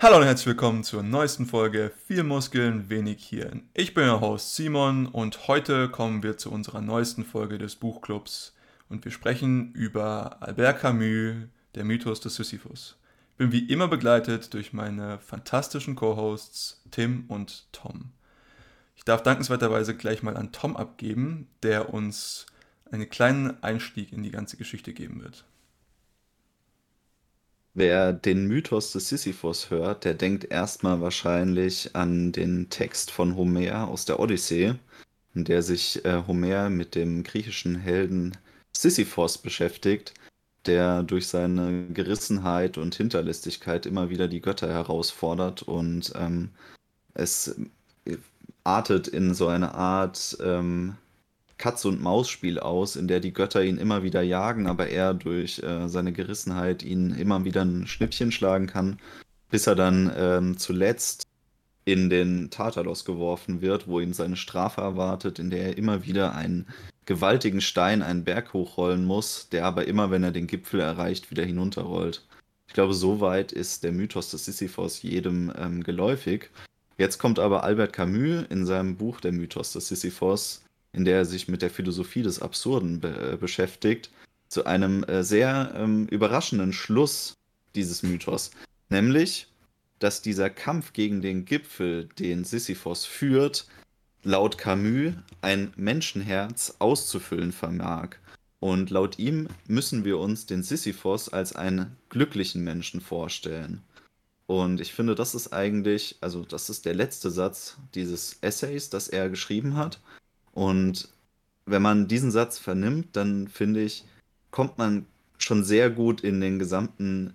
Hallo und herzlich willkommen zur neuesten Folge Viel Muskeln, wenig Hirn. Ich bin euer Host Simon und heute kommen wir zu unserer neuesten Folge des Buchclubs und wir sprechen über Albert Camus, der Mythos des Sisyphus. Ich bin wie immer begleitet durch meine fantastischen Co-Hosts Tim und Tom. Ich darf dankenswerterweise gleich mal an Tom abgeben, der uns einen kleinen Einstieg in die ganze Geschichte geben wird. Wer den Mythos des Sisyphos hört, der denkt erstmal wahrscheinlich an den Text von Homer aus der Odyssee, in der sich Homer mit dem griechischen Helden Sisyphos beschäftigt, der durch seine Gerissenheit und Hinterlistigkeit immer wieder die Götter herausfordert und es artet in so eine Art Katz-und-Maus-Spiel aus, in der die Götter ihn immer wieder jagen, aber er durch seine Gerissenheit ihnen immer wieder ein Schnippchen schlagen kann, bis er dann zuletzt in den Tartaros geworfen wird, wo ihn seine Strafe erwartet, in der er immer wieder einen gewaltigen Stein einen Berg hochrollen muss, der aber immer, wenn er den Gipfel erreicht, wieder hinunterrollt. Ich glaube, soweit ist der Mythos des Sisyphos jedem geläufig. Jetzt kommt aber Albert Camus in seinem Buch Der Mythos des Sisyphos, in der er sich mit der Philosophie des Absurden beschäftigt, zu einem sehr überraschenden Schluss dieses Mythos. Nämlich, dass dieser Kampf gegen den Gipfel, den Sisyphos führt, laut Camus ein Menschenherz auszufüllen vermag. Und laut ihm müssen wir uns den Sisyphos als einen glücklichen Menschen vorstellen. Und ich finde, das ist eigentlich, also das ist der letzte Satz dieses Essays, das er geschrieben hat. Und wenn man diesen Satz vernimmt, dann finde ich, kommt man schon sehr gut in den gesamten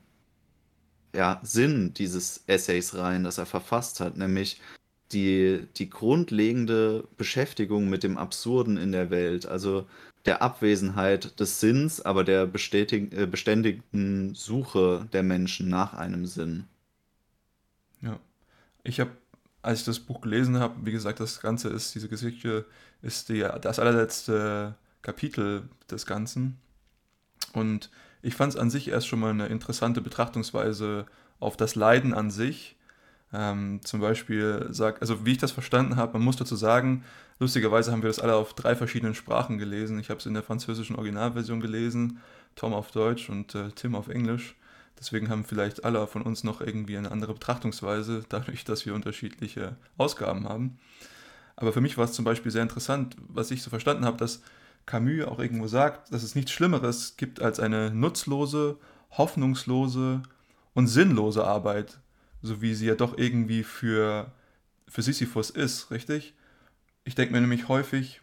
Sinn dieses Essays rein, das er verfasst hat, nämlich die grundlegende Beschäftigung mit dem Absurden in der Welt, also der Abwesenheit des Sinns, aber der beständigen Suche der Menschen nach einem Sinn. Ja. Ich habe, als ich das Buch gelesen habe, wie gesagt, das Ganze ist, diese Geschichte ist das allerletzte Kapitel des Ganzen. Und ich fand es an sich erst schon mal eine interessante Betrachtungsweise auf das Leiden an sich. Zum Beispiel also wie ich das verstanden habe, man muss dazu sagen, lustigerweise haben wir das alle auf 3 verschiedenen Sprachen gelesen. Ich habe es in der französischen Originalversion gelesen, Tom auf Deutsch und Tim auf Englisch. Deswegen haben vielleicht alle von uns noch irgendwie eine andere Betrachtungsweise, dadurch, dass wir unterschiedliche Ausgaben haben. Aber für mich war es zum Beispiel sehr interessant, was ich so verstanden habe, dass Camus auch irgendwo sagt, dass es nichts Schlimmeres gibt als eine nutzlose, hoffnungslose und sinnlose Arbeit, so wie sie ja doch irgendwie für Sisyphus ist, richtig? Ich denke mir nämlich häufig,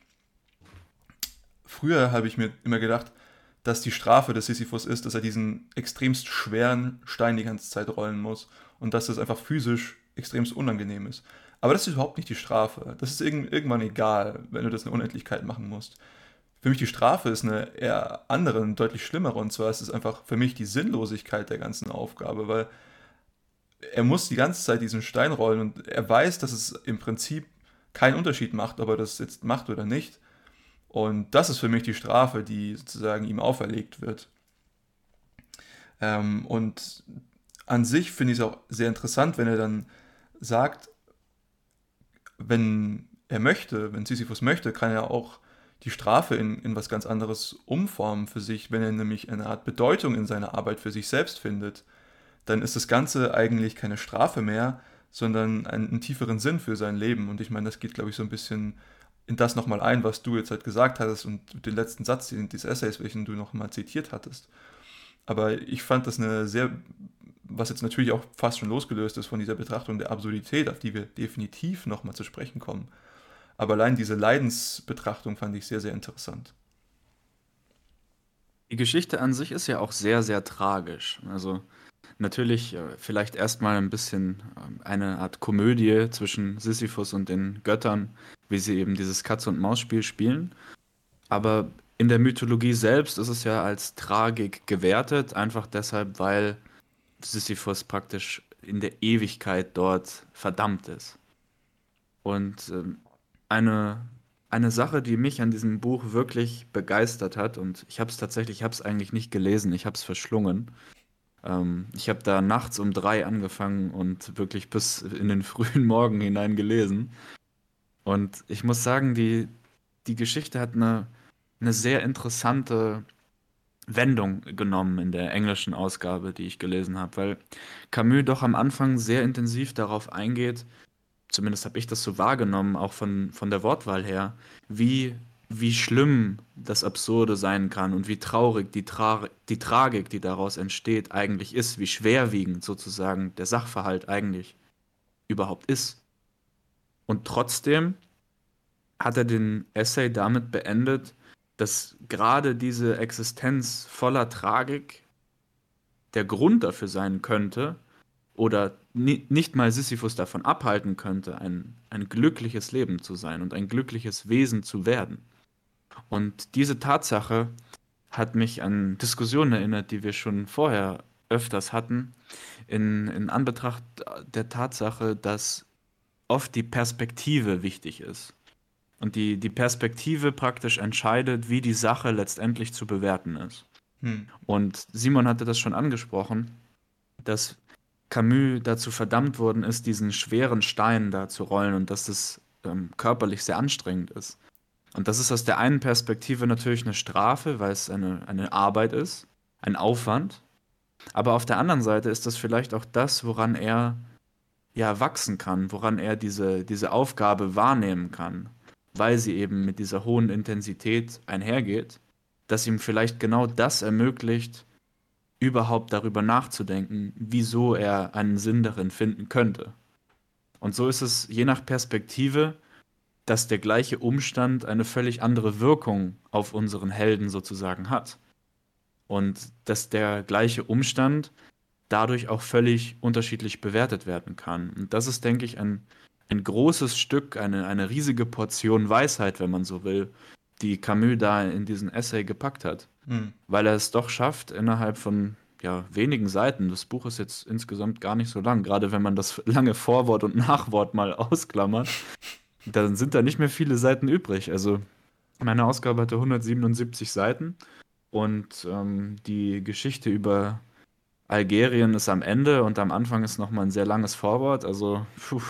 früher habe ich mir immer gedacht, dass die Strafe des Sisyphus ist, dass er diesen extremst schweren Stein die ganze Zeit rollen muss und dass das einfach physisch extremst unangenehm ist. Aber das ist überhaupt nicht die Strafe. Das ist irgendwann egal, wenn du das eine Unendlichkeit machen musst. Für mich die Strafe ist eine eher andere, und deutlich schlimmere. Und zwar ist es einfach für mich die Sinnlosigkeit der ganzen Aufgabe, weil er muss die ganze Zeit diesen Stein rollen und er weiß, dass es im Prinzip keinen Unterschied macht, ob er das jetzt macht oder nicht. Und das ist für mich die Strafe, die sozusagen ihm auferlegt wird. Und an sich finde ich es auch sehr interessant, wenn er dann sagt, wenn Sisyphus möchte, kann er auch die Strafe in was ganz anderes umformen für sich. Wenn er nämlich eine Art Bedeutung in seiner Arbeit für sich selbst findet, dann ist das Ganze eigentlich keine Strafe mehr, sondern einen tieferen Sinn für sein Leben. Und ich meine, das geht, glaube ich, so ein bisschen in das nochmal ein, was du jetzt halt gesagt hattest und den letzten Satz dieses Essays, welchen du nochmal zitiert hattest. Aber ich fand das eine sehr, was jetzt natürlich auch fast schon losgelöst ist von dieser Betrachtung der Absurdität, auf die wir definitiv nochmal zu sprechen kommen. Aber allein diese Leidensbetrachtung fand ich sehr, sehr interessant. Die Geschichte an sich ist ja auch sehr, sehr tragisch. Also natürlich vielleicht erstmal ein bisschen eine Art Komödie zwischen Sisyphus und den Göttern, wie sie eben dieses Katz-und-Maus-Spiel spielen. Aber in der Mythologie selbst ist es ja als Tragik gewertet, einfach deshalb, weil Sisyphus praktisch in der Ewigkeit dort verdammt ist. Und eine, eine Sache, die mich an diesem Buch wirklich begeistert hat, und ich habe es eigentlich nicht gelesen, ich habe es verschlungen, Ich habe da nachts um 3 angefangen und wirklich bis in den frühen Morgen hinein gelesen. Und ich muss sagen, die Geschichte hat eine sehr interessante Wendung genommen in der englischen Ausgabe, die ich gelesen habe, weil Camus doch am Anfang sehr intensiv darauf eingeht, zumindest habe ich das so wahrgenommen, auch von der Wortwahl her, wie schlimm das Absurde sein kann und wie traurig die Tragik, die daraus entsteht, eigentlich ist, wie schwerwiegend sozusagen der Sachverhalt eigentlich überhaupt ist. Und trotzdem hat er den Essay damit beendet, dass gerade diese Existenz voller Tragik der Grund dafür sein könnte oder nicht mal Sisyphus davon abhalten könnte, ein glückliches Leben zu sein und ein glückliches Wesen zu werden. Und diese Tatsache hat mich an Diskussionen erinnert, die wir schon vorher öfters hatten, in Anbetracht der Tatsache, dass oft die Perspektive wichtig ist. Und die Perspektive praktisch entscheidet, wie die Sache letztendlich zu bewerten ist. Hm. Und Simon hatte das schon angesprochen, dass Camus dazu verdammt worden ist, diesen schweren Stein da zu rollen und dass das körperlich sehr anstrengend ist. Und das ist aus der einen Perspektive natürlich eine Strafe, weil es eine Arbeit ist, ein Aufwand. Aber auf der anderen Seite ist das vielleicht auch das, woran er ja wachsen kann, woran er diese Aufgabe wahrnehmen kann, weil sie eben mit dieser hohen Intensität einhergeht, dass ihm vielleicht genau das ermöglicht, überhaupt darüber nachzudenken, wieso er einen Sinn darin finden könnte. Und so ist es je nach Perspektive, dass der gleiche Umstand eine völlig andere Wirkung auf unseren Helden sozusagen hat. Und dass der gleiche Umstand dadurch auch völlig unterschiedlich bewertet werden kann. Und das ist, denke ich, ein großes Stück, eine riesige Portion Weisheit, wenn man so will, die Camus da in diesen Essay gepackt hat. Hm. Weil er es doch schafft, innerhalb von wenigen Seiten, das Buch ist jetzt insgesamt gar nicht so lang, gerade wenn man das lange Vorwort und Nachwort mal ausklammert, dann sind da nicht mehr viele Seiten übrig. Also meine Ausgabe hatte 177 Seiten und die Geschichte über Algerien ist am Ende und am Anfang ist nochmal ein sehr langes Vorwort. Also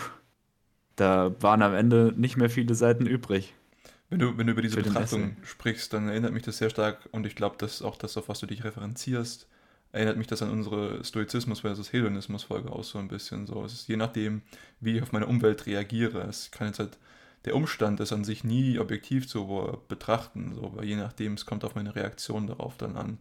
da waren am Ende nicht mehr viele Seiten übrig. Wenn du über diese Für den Betrachtung Essay. sprichst, dann erinnert mich das sehr stark, und ich glaube, das ist auch das, auf was du dich referenzierst, erinnert mich das an unsere Stoizismus versus Hedonismus-Folge auch so ein bisschen so. Es ist je nachdem, wie ich auf meine Umwelt reagiere. Es kann jetzt halt, der Umstand ist an sich nie objektiv zu betrachten, so, weil je nachdem, es kommt auf meine Reaktion darauf dann an.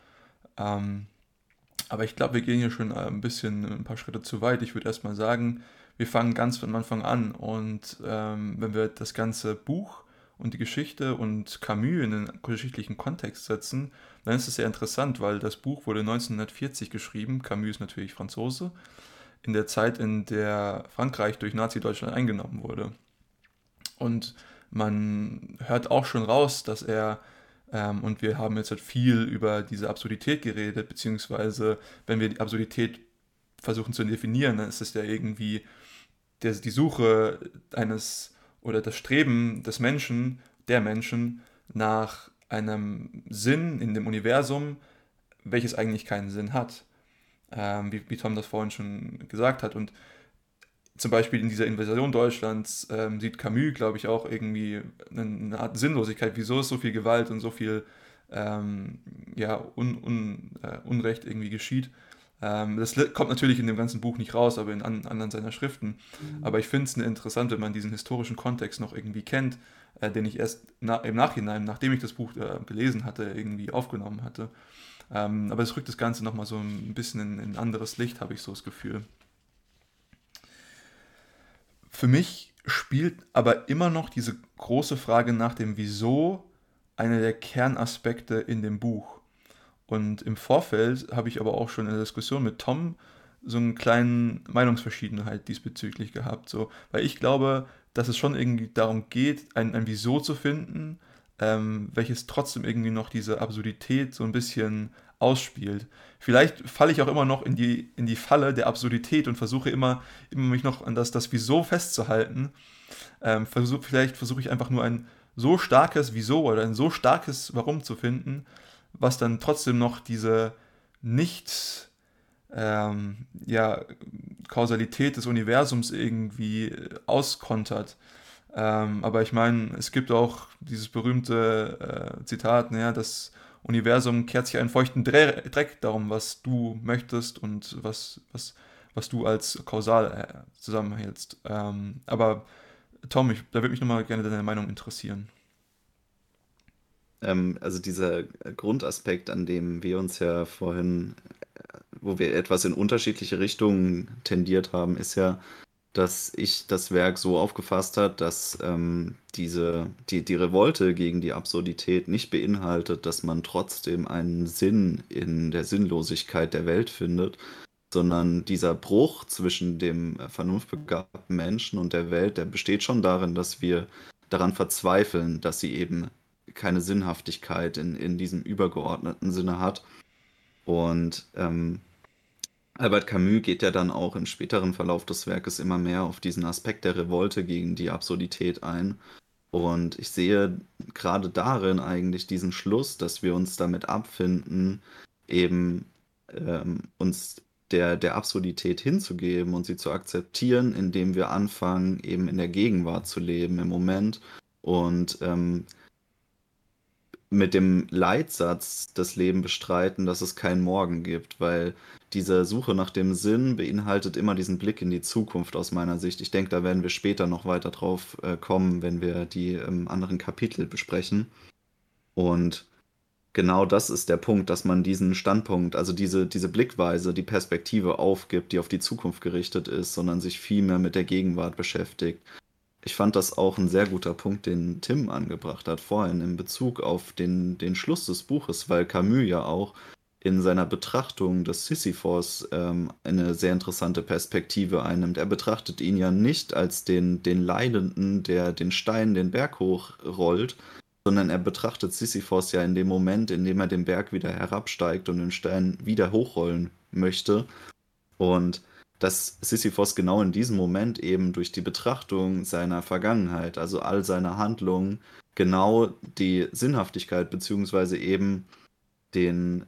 Aber ich glaube, wir gehen hier schon ein paar Schritte zu weit. Ich würde erstmal sagen, wir fangen ganz von Anfang an, und wenn wir das ganze Buch und die Geschichte und Camus in einen geschichtlichen Kontext setzen, dann ist es sehr interessant, weil das Buch wurde 1940 geschrieben. Camus ist natürlich Franzose, in der Zeit, in der Frankreich durch Nazi-Deutschland eingenommen wurde. Und man hört auch schon raus, dass er, und wir haben jetzt halt viel über diese Absurdität geredet, beziehungsweise wenn wir die Absurdität versuchen zu definieren, dann ist es ja irgendwie die Suche eines oder das Streben des Menschen, der Menschen, nach einem Sinn in dem Universum, welches eigentlich keinen Sinn hat. Wie Tom das vorhin schon gesagt hat. Und zum Beispiel in dieser Invasion Deutschlands sieht Camus, glaube ich, auch irgendwie eine Art Sinnlosigkeit. Wieso ist so viel Gewalt und so viel Unrecht irgendwie geschieht. Das kommt natürlich in dem ganzen Buch nicht raus, aber in anderen seiner Schriften. Aber ich finde es interessant, wenn man diesen historischen Kontext noch irgendwie kennt, den ich erst im Nachhinein, nachdem ich das Buch gelesen hatte, irgendwie aufgenommen hatte. Aber es rückt das Ganze nochmal so ein bisschen in ein anderes Licht, habe ich so das Gefühl. Für mich spielt aber immer noch diese große Frage nach dem Wieso einer der Kernaspekte in dem Buch. Und im Vorfeld habe ich aber auch schon in der Diskussion mit Tom so einen kleinen Meinungsverschiedenheit diesbezüglich gehabt. So. Weil ich glaube, dass es schon irgendwie darum geht, ein Wieso zu finden, welches trotzdem irgendwie noch diese Absurdität so ein bisschen ausspielt. Vielleicht falle ich auch immer noch in die Falle der Absurdität und versuche immer mich noch an das Wieso festzuhalten. Vielleicht versuche ich einfach nur ein so starkes Wieso oder ein so starkes Warum zu finden, was dann trotzdem noch diese nicht ja, Kausalität des Universums irgendwie auskontert. Aber ich meine, es gibt auch dieses berühmte Zitat, naja, das Universum kehrt sich einen feuchten Dreck darum, was du möchtest und was du als kausal zusammenhältst. Aber Tom, da würde mich nochmal gerne deine Meinung interessieren. Also dieser Grundaspekt, an dem wir uns ja vorhin, wo wir etwas in unterschiedliche Richtungen tendiert haben, ist ja, dass ich das Werk so aufgefasst hat, dass die Revolte gegen die Absurdität nicht beinhaltet, dass man trotzdem einen Sinn in der Sinnlosigkeit der Welt findet, sondern dieser Bruch zwischen dem vernunftbegabten Menschen und der Welt, der besteht schon darin, dass wir daran verzweifeln, dass sie eben keine Sinnhaftigkeit in diesem übergeordneten Sinne hat. Und Albert Camus geht ja dann auch im späteren Verlauf des Werkes immer mehr auf diesen Aspekt der Revolte gegen die Absurdität ein. Und ich sehe gerade darin eigentlich diesen Schluss, dass wir uns damit abfinden, eben uns der Absurdität hinzugeben und sie zu akzeptieren, indem wir anfangen, eben in der Gegenwart zu leben, im Moment. Und mit dem Leitsatz das Leben bestreiten, dass es keinen Morgen gibt, weil diese Suche nach dem Sinn beinhaltet immer diesen Blick in die Zukunft aus meiner Sicht. Ich denke, da werden wir später noch weiter drauf kommen, wenn wir die anderen Kapitel besprechen. Und genau das ist der Punkt, dass man diesen Standpunkt, also diese Blickweise, die Perspektive aufgibt, die auf die Zukunft gerichtet ist, sondern sich viel mehr mit der Gegenwart beschäftigt. Ich fand das auch ein sehr guter Punkt, den Tim angebracht hat vorhin in Bezug auf den Schluss des Buches, weil Camus ja auch in seiner Betrachtung des Sisyphos eine sehr interessante Perspektive einnimmt. Er betrachtet ihn ja nicht als den Leidenden, der den Stein den Berg hochrollt, sondern er betrachtet Sisyphos ja in dem Moment, in dem er den Berg wieder herabsteigt und den Stein wieder hochrollen möchte. Und dass Sisyphos genau in diesem Moment eben durch die Betrachtung seiner Vergangenheit, also all seiner Handlungen, genau die Sinnhaftigkeit beziehungsweise eben den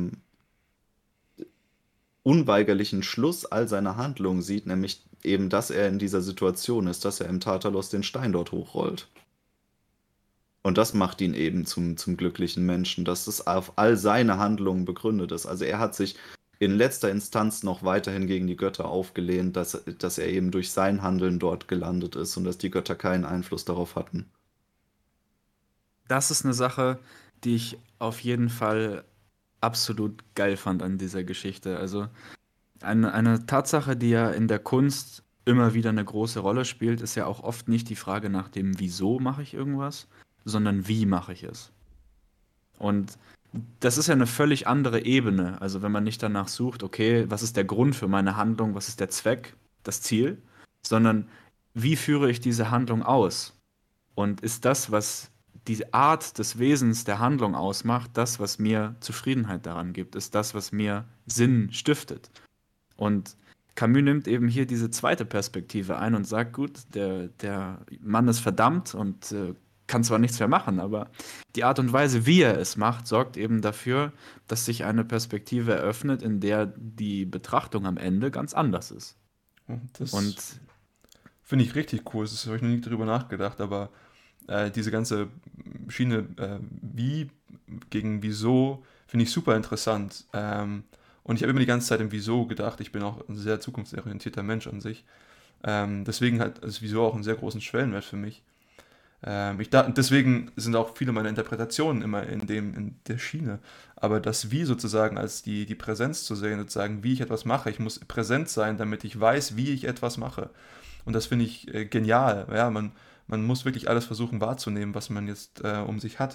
unweigerlichen Schluss all seiner Handlungen sieht, nämlich eben, dass er in dieser Situation ist, dass er im Tartaros den Stein dort hochrollt. Und das macht ihn eben zum glücklichen Menschen, dass es auf all seine Handlungen begründet ist. Also er hat sich in letzter Instanz noch weiterhin gegen die Götter aufgelehnt, dass er eben durch sein Handeln dort gelandet ist und dass die Götter keinen Einfluss darauf hatten. Das ist eine Sache, die ich auf jeden Fall absolut geil fand an dieser Geschichte. Also eine Tatsache, die ja in der Kunst immer wieder eine große Rolle spielt, ist ja auch oft nicht die Frage nach dem Wieso mache ich irgendwas, sondern wie mache ich es. Und das ist ja eine völlig andere Ebene. Also wenn man nicht danach sucht, okay, was ist der Grund für meine Handlung, was ist der Zweck, das Ziel, sondern wie führe ich diese Handlung aus? Und ist das, was die Art des Wesens der Handlung ausmacht, das, was mir Zufriedenheit daran gibt, ist das, was mir Sinn stiftet. Und Camus nimmt eben hier diese zweite Perspektive ein und sagt, gut, der Mann ist verdammt und kann zwar nichts mehr machen, aber die Art und Weise, wie er es macht, sorgt eben dafür, dass sich eine Perspektive eröffnet, in der die Betrachtung am Ende ganz anders ist. Das Und finde ich richtig cool. Das habe ich noch nie darüber nachgedacht, aber diese ganze Schiene wie gegen wieso finde ich super interessant. Und ich habe immer die ganze Zeit im Wieso gedacht. Ich bin auch ein sehr zukunftsorientierter Mensch an sich. Deswegen hat das Wieso auch einen sehr großen Schwellenwert für mich. Deswegen sind auch viele meiner Interpretationen immer in der Schiene. Aber das Wie sozusagen als die Präsenz zu sehen, sozusagen, wie ich etwas mache. Ich muss präsent sein, damit ich weiß, wie ich etwas mache. Und das finde ich genial. Ja, man muss wirklich alles versuchen wahrzunehmen, was man jetzt um sich hat.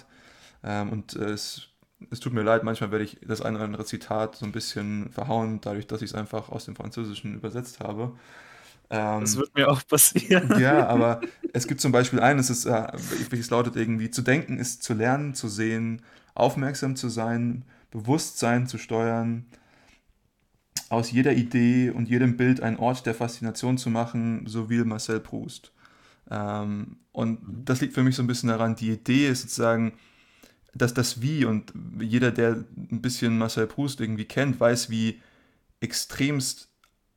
Es tut mir leid, manchmal werde ich das eine oder andere Zitat so ein bisschen verhauen, dadurch, dass ich es einfach aus dem Französischen übersetzt habe. das Ähm, wird mir auch passieren. ja, aber es gibt zum Beispiel eines, welches lautet irgendwie, zu denken ist zu lernen, zu sehen, aufmerksam zu sein, Bewusstsein zu steuern, aus jeder Idee und jedem Bild einen Ort der Faszination zu machen, so will Marcel Proust. Und das liegt für mich so ein bisschen daran, die Idee ist sozusagen, dass das Wie und jeder, der ein bisschen Marcel Proust irgendwie kennt, weiß, wie extremst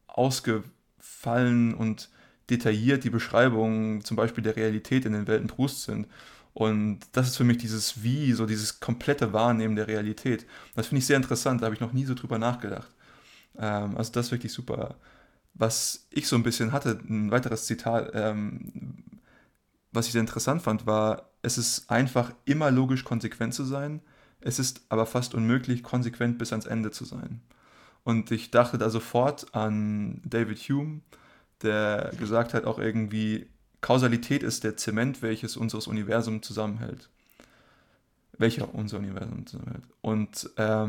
ausgefallen und detailliert die Beschreibungen zum Beispiel der Realität in den Welten Proust sind. Und das ist für mich dieses Wie, so dieses komplette Wahrnehmen der Realität. Das finde ich sehr interessant, da habe ich noch nie so drüber nachgedacht. Also das ist wirklich super. Was ich so ein bisschen hatte, ein weiteres Zitat, was ich sehr interessant fand, war, es ist einfach immer logisch konsequent zu sein, es ist aber fast unmöglich, konsequent bis ans Ende zu sein. Und ich dachte da sofort an David Hume, der gesagt hat auch irgendwie, Kausalität ist der Zement, welches unseres Universum zusammenhält. Welcher unser Universum zusammenhält. Und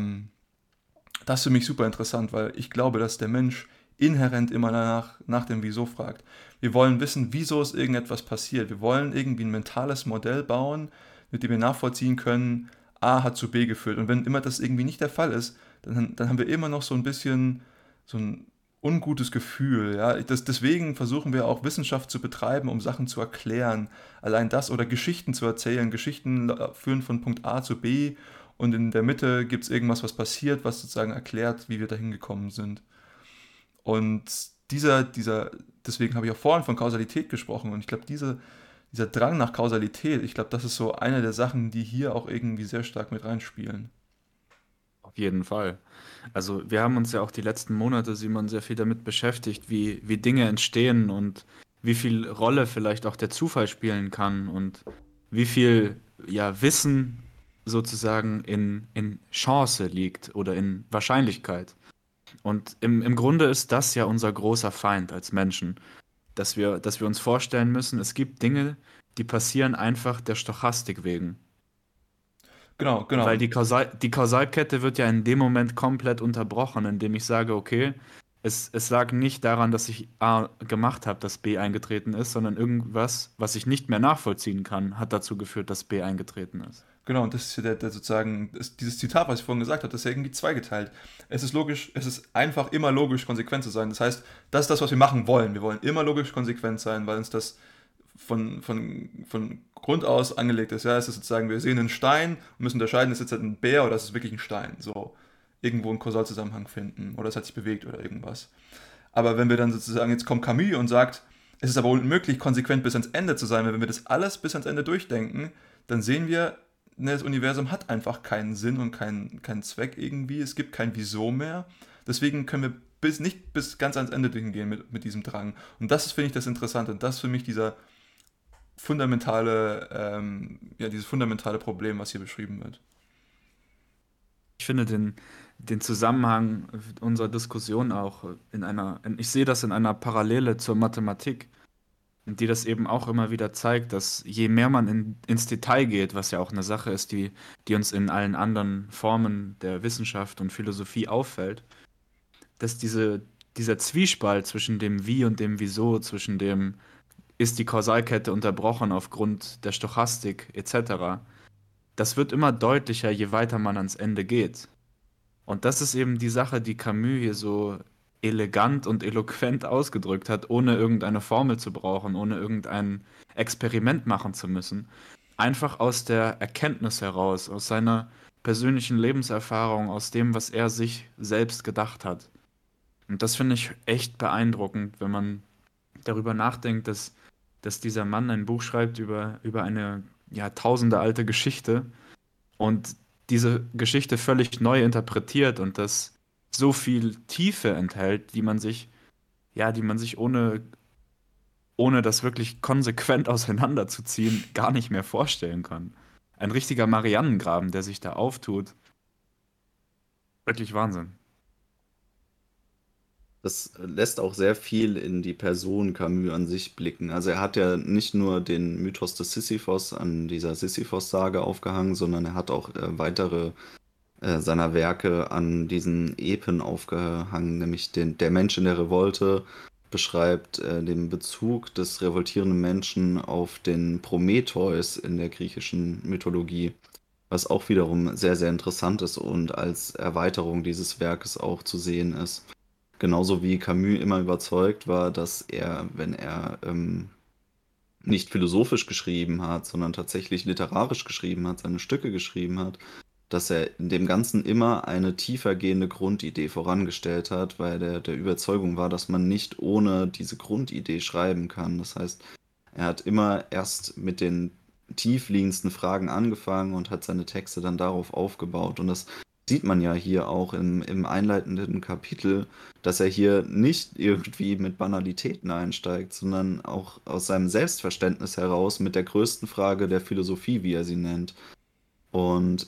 das ist für mich super interessant, weil ich glaube, dass der Mensch inhärent immer nach dem Wieso fragt. Wir wollen wissen, wieso ist irgendetwas passiert. Wir wollen irgendwie ein mentales Modell bauen, mit dem wir nachvollziehen können, A hat zu B geführt. Und wenn immer das irgendwie nicht der Fall ist, dann haben wir immer noch so ein bisschen so ein ungutes Gefühl. Ja? Deswegen versuchen wir auch Wissenschaft zu betreiben, um Sachen zu erklären. Allein das oder Geschichten zu erzählen. Geschichten führen von Punkt A zu B und in der Mitte gibt es irgendwas, was passiert, was sozusagen erklärt, wie wir dahin gekommen sind. Und deswegen habe ich auch vorhin von Kausalität gesprochen und ich glaube, dieser Drang nach Kausalität, ich glaube, das ist so eine der Sachen, die hier auch irgendwie sehr stark mit reinspielen. Auf jeden Fall. Also wir haben uns ja auch die letzten Monate, Simon, sehr viel damit beschäftigt, wie Dinge entstehen und wie viel Rolle vielleicht auch der Zufall spielen kann und wie viel ja, Wissen sozusagen in Chance liegt oder in Wahrscheinlichkeit. Und im Grunde ist das ja unser großer Feind als Menschen, dass wir uns vorstellen müssen, es gibt Dinge, die passieren einfach der Stochastik wegen. Genau, Weil genau. die Kausalkette wird ja in dem Moment komplett unterbrochen, indem ich sage, okay, es lag nicht daran, dass ich A gemacht habe, dass B eingetreten ist, sondern irgendwas, was ich nicht mehr nachvollziehen kann, hat dazu geführt, dass B eingetreten ist. Genau, und das ist ja der sozusagen, dieses Zitat, was ich vorhin gesagt habe, das ist ja irgendwie zweigeteilt. Es ist logisch, es ist einfach immer logisch konsequent zu sein. Das heißt, das ist das, was wir machen wollen. Wir wollen immer logisch konsequent sein, weil uns das von Grund aus angelegt ist. Ja, es ist sozusagen, wir sehen einen Stein und müssen unterscheiden, ist jetzt ein Bär oder ist es wirklich ein Stein. So, irgendwo einen Kausalzusammenhang finden oder es hat sich bewegt oder irgendwas. Aber wenn wir dann sozusagen, jetzt kommt Camus und sagt, es ist aber unmöglich, konsequent bis ans Ende zu sein, weil wenn wir das alles bis ans Ende durchdenken, dann sehen wir, ne, das Universum hat einfach keinen Sinn und keinen Zweck irgendwie. Es gibt kein Wieso mehr. Deswegen können wir nicht bis ganz ans Ende hingehen mit diesem Drang. Und das ist, finde ich, das Interessante. Und das ist für mich dieses fundamentale Problem, was hier beschrieben wird. Ich finde den Zusammenhang unserer Diskussion auch ich sehe das in einer Parallele zur Mathematik, die das eben auch immer wieder zeigt, dass je mehr man ins Detail geht, was ja auch eine Sache ist, die uns in allen anderen Formen der Wissenschaft und Philosophie auffällt, dass dieser Zwiespalt zwischen dem Wie und dem Wieso, zwischen dem ist die Kausalkette unterbrochen aufgrund der Stochastik etc., das wird immer deutlicher, je weiter man ans Ende geht. Und das ist eben die Sache, die Camus hier so elegant und eloquent ausgedrückt hat, ohne irgendeine Formel zu brauchen, ohne irgendein Experiment machen zu müssen. Einfach aus der Erkenntnis heraus, aus seiner persönlichen Lebenserfahrung, aus dem, was er sich selbst gedacht hat. Und das finde ich echt beeindruckend, wenn man darüber nachdenkt, dass dieser Mann ein Buch schreibt über eine Jahrtausende alte Geschichte und diese Geschichte völlig neu interpretiert und das so viel Tiefe enthält, die man sich ohne das wirklich konsequent auseinanderzuziehen, gar nicht mehr vorstellen kann. Ein richtiger Marianengraben, der sich da auftut. Wirklich Wahnsinn. Das lässt auch sehr viel in die Person Camus an sich blicken. Also er hat ja nicht nur den Mythos des Sisyphos an dieser Sisyphos-Sage aufgehangen, sondern er hat auch weitere seiner Werke an diesen Epen aufgehangen, nämlich der Mensch in der Revolte beschreibt den Bezug des revoltierenden Menschen auf den Prometheus in der griechischen Mythologie, was auch wiederum sehr, sehr interessant ist und als Erweiterung dieses Werkes auch zu sehen ist. Genauso wie Camus immer überzeugt war, dass er, wenn er nicht philosophisch geschrieben hat, sondern tatsächlich literarisch geschrieben hat, seine Stücke geschrieben hat, dass er in dem Ganzen immer eine tiefergehende Grundidee vorangestellt hat, weil der Überzeugung war, dass man nicht ohne diese Grundidee schreiben kann. Das heißt, er hat immer erst mit den tiefliegendsten Fragen angefangen und hat seine Texte dann darauf aufgebaut. Und das sieht man ja hier auch im einleitenden Kapitel, dass er hier nicht irgendwie mit Banalitäten einsteigt, sondern auch aus seinem Selbstverständnis heraus mit der größten Frage der Philosophie, wie er sie nennt. Und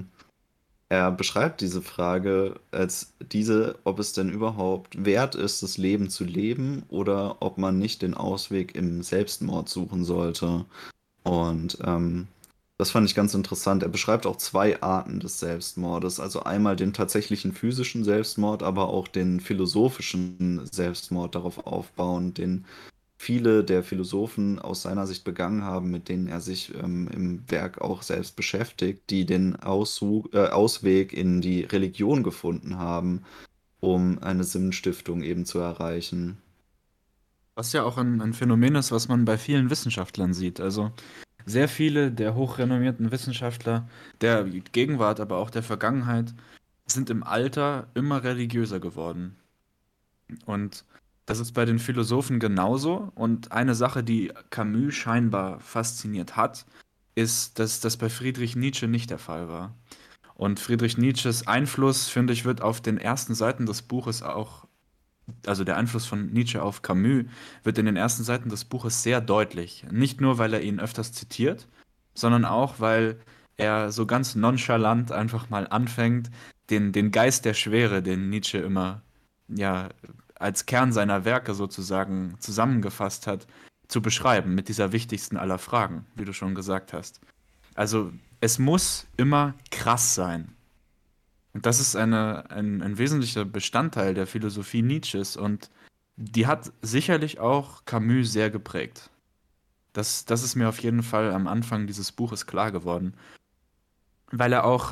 er beschreibt diese Frage als diese, ob es denn überhaupt wert ist, das Leben zu leben oder ob man nicht den Ausweg im Selbstmord suchen sollte. Und das fand ich ganz interessant. Er beschreibt auch zwei Arten des Selbstmordes. Also einmal den tatsächlichen physischen Selbstmord, aber auch den philosophischen Selbstmord darauf aufbauen, den viele der Philosophen aus seiner Sicht begangen haben, mit denen er sich im Werk auch selbst beschäftigt, die den Ausweg in die Religion gefunden haben, um eine Sinnstiftung eben zu erreichen. Was ja auch ein Phänomen ist, was man bei vielen Wissenschaftlern sieht. Also sehr viele der hochrenommierten Wissenschaftler der Gegenwart, aber auch der Vergangenheit, sind im Alter immer religiöser geworden. Und das ist bei den Philosophen genauso. Und eine Sache, die Camus scheinbar fasziniert hat, ist, dass das bei Friedrich Nietzsche nicht der Fall war. Und Friedrich Nietzsches Einfluss, finde ich, wird auf den ersten Seiten des Buches auch, also der Einfluss von Nietzsche auf Camus, wird in den ersten Seiten des Buches sehr deutlich. Nicht nur, weil er ihn öfters zitiert, sondern auch, weil er so ganz nonchalant einfach mal anfängt, den Geist der Schwere, den Nietzsche immer ja, als Kern seiner Werke sozusagen zusammengefasst hat, zu beschreiben mit dieser wichtigsten aller Fragen, wie du schon gesagt hast. Also es muss immer krass sein. Und das ist ein wesentlicher Bestandteil der Philosophie Nietzsches und die hat sicherlich auch Camus sehr geprägt. Das ist mir auf jeden Fall am Anfang dieses Buches klar geworden, weil er auch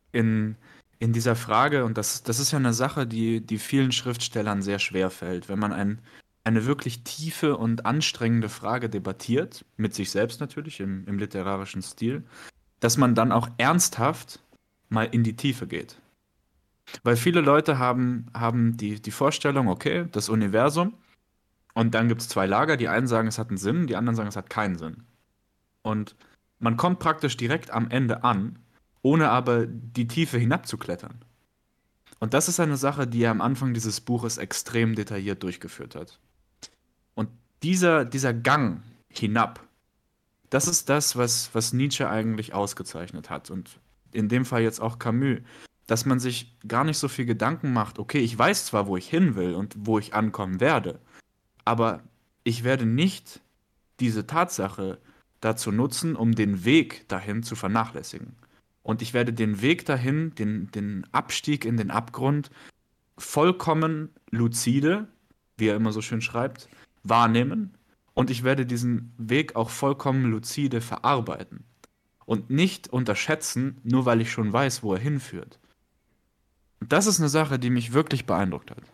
in dieser Frage, und das ist ja eine Sache, die vielen Schriftstellern sehr schwer fällt, wenn man eine wirklich tiefe und anstrengende Frage debattiert, mit sich selbst natürlich, im literarischen Stil, dass man dann auch ernsthaft mal in die Tiefe geht. Weil viele Leute haben die Vorstellung, okay, das Universum, und dann gibt es zwei Lager, die einen sagen, es hat einen Sinn, die anderen sagen, es hat keinen Sinn. Und man kommt praktisch direkt am Ende an, ohne aber die Tiefe hinabzuklettern. Und das ist eine Sache, die er am Anfang dieses Buches extrem detailliert durchgeführt hat. Und dieser Gang hinab, das ist das, was Nietzsche eigentlich ausgezeichnet hat. Und in dem Fall jetzt auch Camus, dass man sich gar nicht so viel Gedanken macht, okay, ich weiß zwar, wo ich hin will und wo ich ankommen werde, aber ich werde nicht diese Tatsache dazu nutzen, um den Weg dahin zu vernachlässigen. Und ich werde den Weg dahin, den Abstieg in den Abgrund, vollkommen lucide, wie er immer so schön schreibt, wahrnehmen. Und ich werde diesen Weg auch vollkommen lucide verarbeiten. Und nicht unterschätzen, nur weil ich schon weiß, wo er hinführt. Und das ist eine Sache, die mich wirklich beeindruckt hat.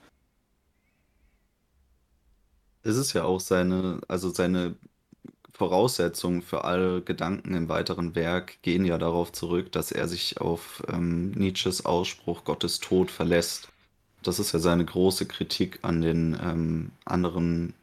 Es ist ja auch seine Voraussetzungen für alle Gedanken im weiteren Werk gehen ja darauf zurück, dass er sich auf Nietzsches Ausspruch Gottes Tod verlässt. Das ist ja seine große Kritik an den anderen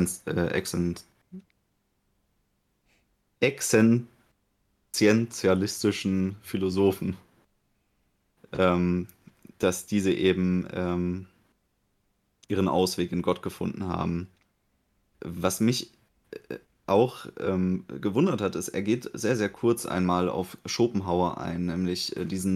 existenzialistischen Philosophen, ähm, dass diese eben ihren Ausweg in Gott gefunden haben. Was mich auch gewundert hat, ist, er geht sehr, sehr kurz einmal auf Schopenhauer ein, nämlich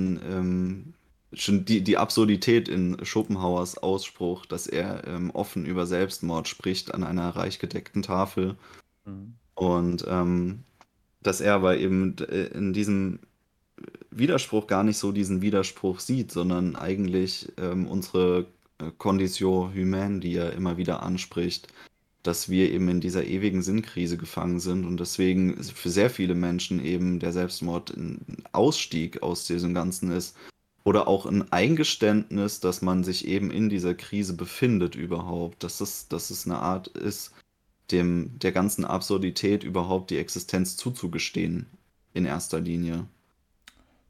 schon die Absurdität in Schopenhauers Ausspruch, dass er offen über Selbstmord spricht an einer reich gedeckten Tafel. Mhm. Und dass er aber eben in diesem Widerspruch gar nicht so diesen Widerspruch sieht, sondern eigentlich unsere Conditio Humaine, die er immer wieder anspricht, dass wir eben in dieser ewigen Sinnkrise gefangen sind und deswegen für sehr viele Menschen eben der Selbstmord ein Ausstieg aus diesem Ganzen ist oder auch ein Eingeständnis, dass man sich eben in dieser Krise befindet überhaupt, dass es eine Art ist, der ganzen Absurdität überhaupt die Existenz zuzugestehen in erster Linie.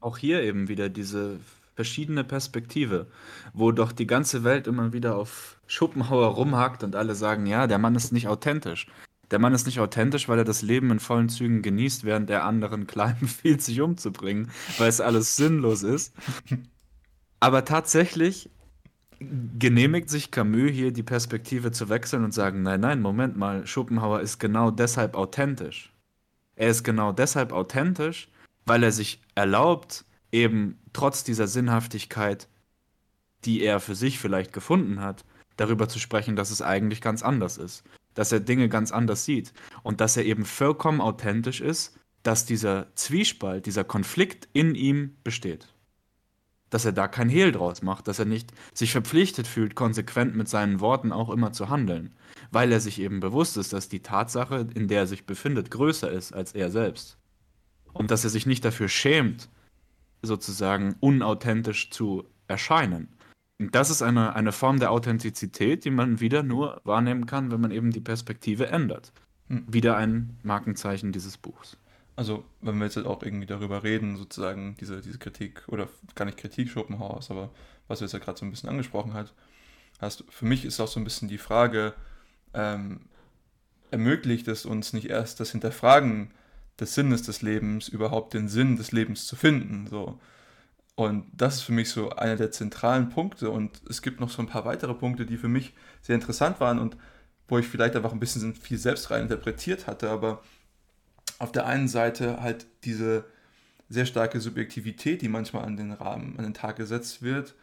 auch hier eben wieder diese verschiedene Perspektive, wo doch die ganze Welt immer wieder auf Schopenhauer rumhackt und alle sagen, ja, der Mann ist nicht authentisch. Der Mann ist nicht authentisch, weil er das Leben in vollen Zügen genießt, während der anderen klein empfiehlt, sich umzubringen, weil es alles sinnlos ist. Aber tatsächlich genehmigt sich Camus hier die Perspektive zu wechseln und sagen, nein, nein, Moment mal, Schopenhauer ist genau deshalb authentisch. Er ist genau deshalb authentisch, weil er sich erlaubt, eben trotz dieser Sinnhaftigkeit, die er für sich vielleicht gefunden hat, darüber zu sprechen, dass es eigentlich ganz anders ist. Dass er Dinge ganz anders sieht. Und dass er eben vollkommen authentisch ist, dass dieser Zwiespalt, dieser Konflikt in ihm besteht. Dass er da kein Hehl draus macht, dass er nicht sich verpflichtet fühlt, konsequent mit seinen Worten auch immer zu handeln, weil er sich eben bewusst ist, dass die Tatsache, in der er sich befindet, größer ist als er selbst. Und dass er sich nicht dafür schämt, sozusagen unauthentisch zu erscheinen. Und das ist eine Form der Authentizität, die man wieder nur wahrnehmen kann, wenn man eben die Perspektive ändert. Hm. Wieder ein Markenzeichen dieses Buchs. Also, wenn wir jetzt halt auch irgendwie darüber reden, sozusagen diese Kritik, oder gar nicht Kritik Schopenhauers, aber was du jetzt ja gerade so ein bisschen angesprochen hast, für mich ist auch so ein bisschen die Frage, ähm, ermöglicht es uns nicht erst das Hinterfragen des Sinnes des Lebens, überhaupt den Sinn des Lebens zu finden, so. Und das ist für mich so einer der zentralen Punkte. Und es gibt noch so ein paar weitere Punkte, die für mich sehr interessant waren und wo ich vielleicht einfach ein bisschen viel selbst rein interpretiert hatte. Aber auf der einen Seite halt diese sehr starke Subjektivität, die manchmal an den Tag gesetzt wird.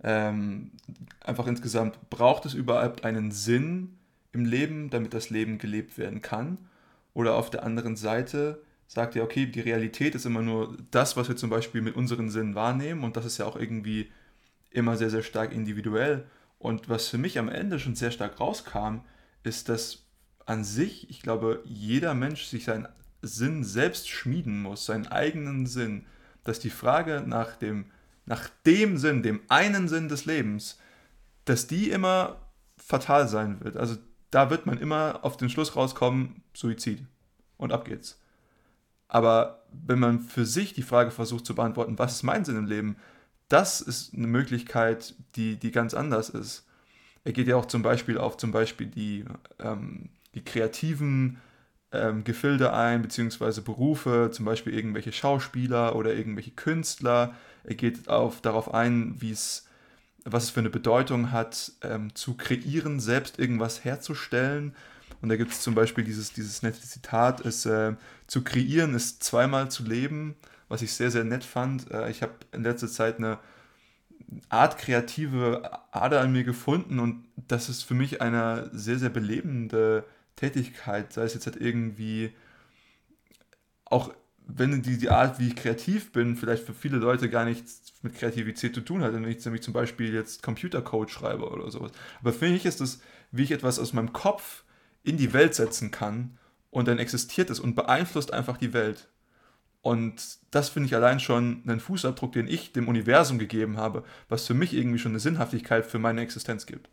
Einfach insgesamt, braucht es überhaupt einen Sinn im Leben, damit das Leben gelebt werden kann? Oder auf der anderen Seite sagt er, okay, die Realität ist immer nur das, was wir zum Beispiel mit unseren Sinnen wahrnehmen, und das ist ja auch irgendwie immer sehr, sehr stark individuell. Und was für mich am Ende schon sehr stark rauskam, ist, dass an sich, ich glaube, jeder Mensch sich seinen Sinn selbst schmieden muss, seinen eigenen Sinn, dass die Frage nach dem Sinn, dem einen Sinn des Lebens, dass die immer fatal sein wird. Also da wird man immer auf den Schluss rauskommen, Suizid. Und ab geht's. Aber wenn man für sich die Frage versucht zu beantworten, was ist mein Sinn im Leben, das ist eine Möglichkeit, die ganz anders ist. Er geht ja auch zum Beispiel auf die kreativen Gefilde ein, beziehungsweise Berufe, zum Beispiel irgendwelche Schauspieler oder irgendwelche Künstler. Er geht darauf ein, was es für eine Bedeutung hat, zu kreieren, selbst irgendwas herzustellen. Und da gibt es zum Beispiel dieses nette Zitat, zu kreieren ist zweimal zu leben, was ich sehr, sehr nett fand. Ich habe in letzter Zeit eine Art kreative Ader an mir gefunden, und das ist für mich eine sehr, sehr belebende Tätigkeit, sei es jetzt halt irgendwie, auch wenn die Art, wie ich kreativ bin, vielleicht für viele Leute gar nichts mit Kreativität zu tun hat, wenn ich nämlich zum Beispiel jetzt Computercode schreibe oder sowas. Aber für mich ist es, wie ich etwas aus meinem Kopf in die Welt setzen kann, und dann existiert es und beeinflusst einfach die Welt. Und das finde ich allein schon einen Fußabdruck, den ich dem Universum gegeben habe, was für mich irgendwie schon eine Sinnhaftigkeit für meine Existenz gibt.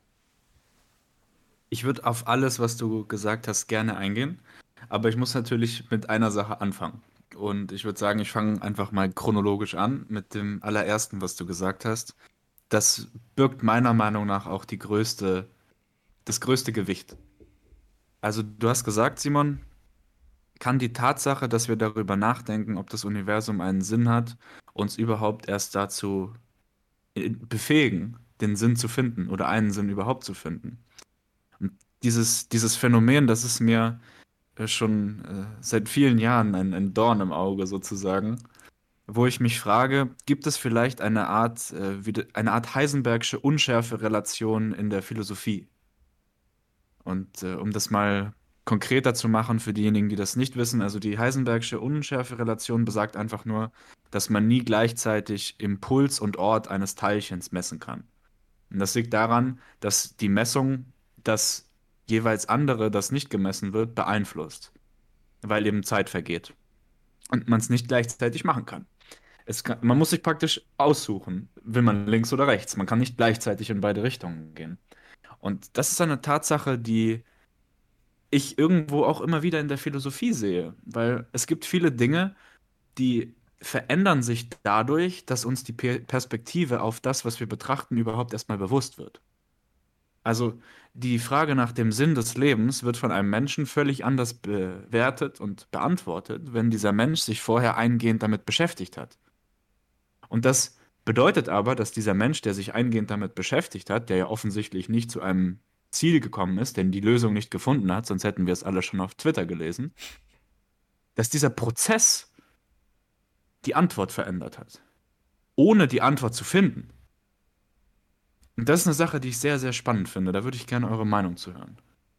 Ich würde auf alles, was du gesagt hast, gerne eingehen, aber ich muss natürlich mit einer Sache anfangen. Und ich würde sagen, ich fange einfach mal chronologisch an mit dem allerersten, was du gesagt hast. Das birgt meiner Meinung nach auch das größte Gewicht. Also du hast gesagt, Simon, kann die Tatsache, dass wir darüber nachdenken, ob das Universum einen Sinn hat, uns überhaupt erst dazu befähigen, den Sinn zu finden oder einen Sinn überhaupt zu finden. Und dieses Phänomen, das ist mir schon seit vielen Jahren ein Dorn im Auge sozusagen, wo ich mich frage, gibt es vielleicht eine Art Heisenbergsche Unschärfe-Relation in der Philosophie? Und um das mal konkreter zu machen für diejenigen, die das nicht wissen, also die Heisenbergsche Unschärfe-Relation besagt einfach nur, dass man nie gleichzeitig Impuls und Ort eines Teilchens messen kann. Und das liegt daran, dass die Messung das jeweils andere, das nicht gemessen wird, beeinflusst, weil eben Zeit vergeht und man es nicht gleichzeitig machen kann. Man muss sich praktisch aussuchen, will man links oder rechts. Man kann nicht gleichzeitig in beide Richtungen gehen. Und das ist eine Tatsache, die ich irgendwo auch immer wieder in der Philosophie sehe, weil es gibt viele Dinge, die verändern sich dadurch, dass uns die Perspektive auf das, was wir betrachten, überhaupt erstmal bewusst wird. Also die Frage nach dem Sinn des Lebens wird von einem Menschen völlig anders bewertet und beantwortet, wenn dieser Mensch sich vorher eingehend damit beschäftigt hat. Und das bedeutet aber, dass dieser Mensch, der sich eingehend damit beschäftigt hat, der ja offensichtlich nicht zu einem Ziel gekommen ist, denn die Lösung nicht gefunden hat, sonst hätten wir es alle schon auf Twitter gelesen, dass dieser Prozess die Antwort verändert hat, ohne die Antwort zu finden. Und das ist eine Sache, die ich sehr, sehr spannend finde. Da würde ich gerne eure Meinung zu hören.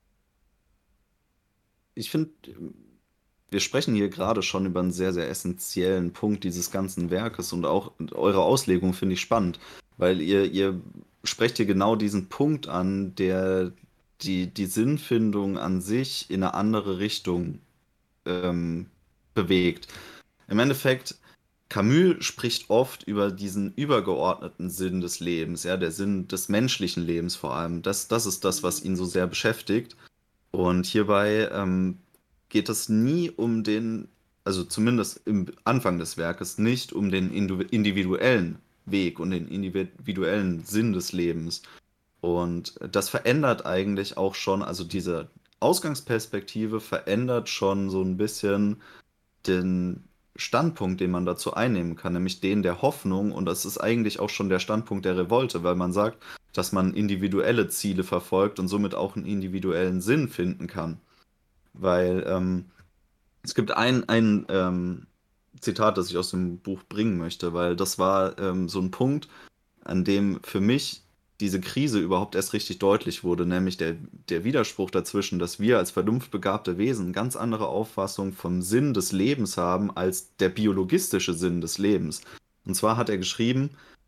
Ich finde, wir sprechen hier gerade schon über einen sehr, sehr essentiellen Punkt dieses ganzen Werkes und auch eure Auslegung finde ich spannend, weil ihr sprecht hier genau diesen Punkt an, der die Sinnfindung an sich in eine andere Richtung bewegt. Im Endeffekt, Camus spricht oft über diesen übergeordneten Sinn des Lebens, ja, der Sinn des menschlichen Lebens vor allem. Das ist das, was ihn so sehr beschäftigt. Und hierbei geht es nie um den, also zumindest im Anfang des Werkes, nicht um den individuellen Weg und den individuellen Sinn des Lebens. Und das verändert eigentlich auch schon, also diese Ausgangsperspektive verändert schon so ein bisschen den Standpunkt, den man dazu einnehmen kann, nämlich den der Hoffnung. Und das ist eigentlich auch schon der Standpunkt der Revolte, weil man sagt, dass man individuelle Ziele verfolgt und somit auch einen individuellen Sinn finden kann. Weil es gibt ein Zitat, das ich aus dem Buch bringen möchte, weil das war so ein Punkt, an dem für mich diese Krise überhaupt erst richtig deutlich wurde, nämlich der Widerspruch dazwischen, dass wir als vernunftbegabte Wesen ganz andere Auffassung vom Sinn des Lebens haben als der biologistische Sinn des Lebens. Und zwar hat er geschrieben,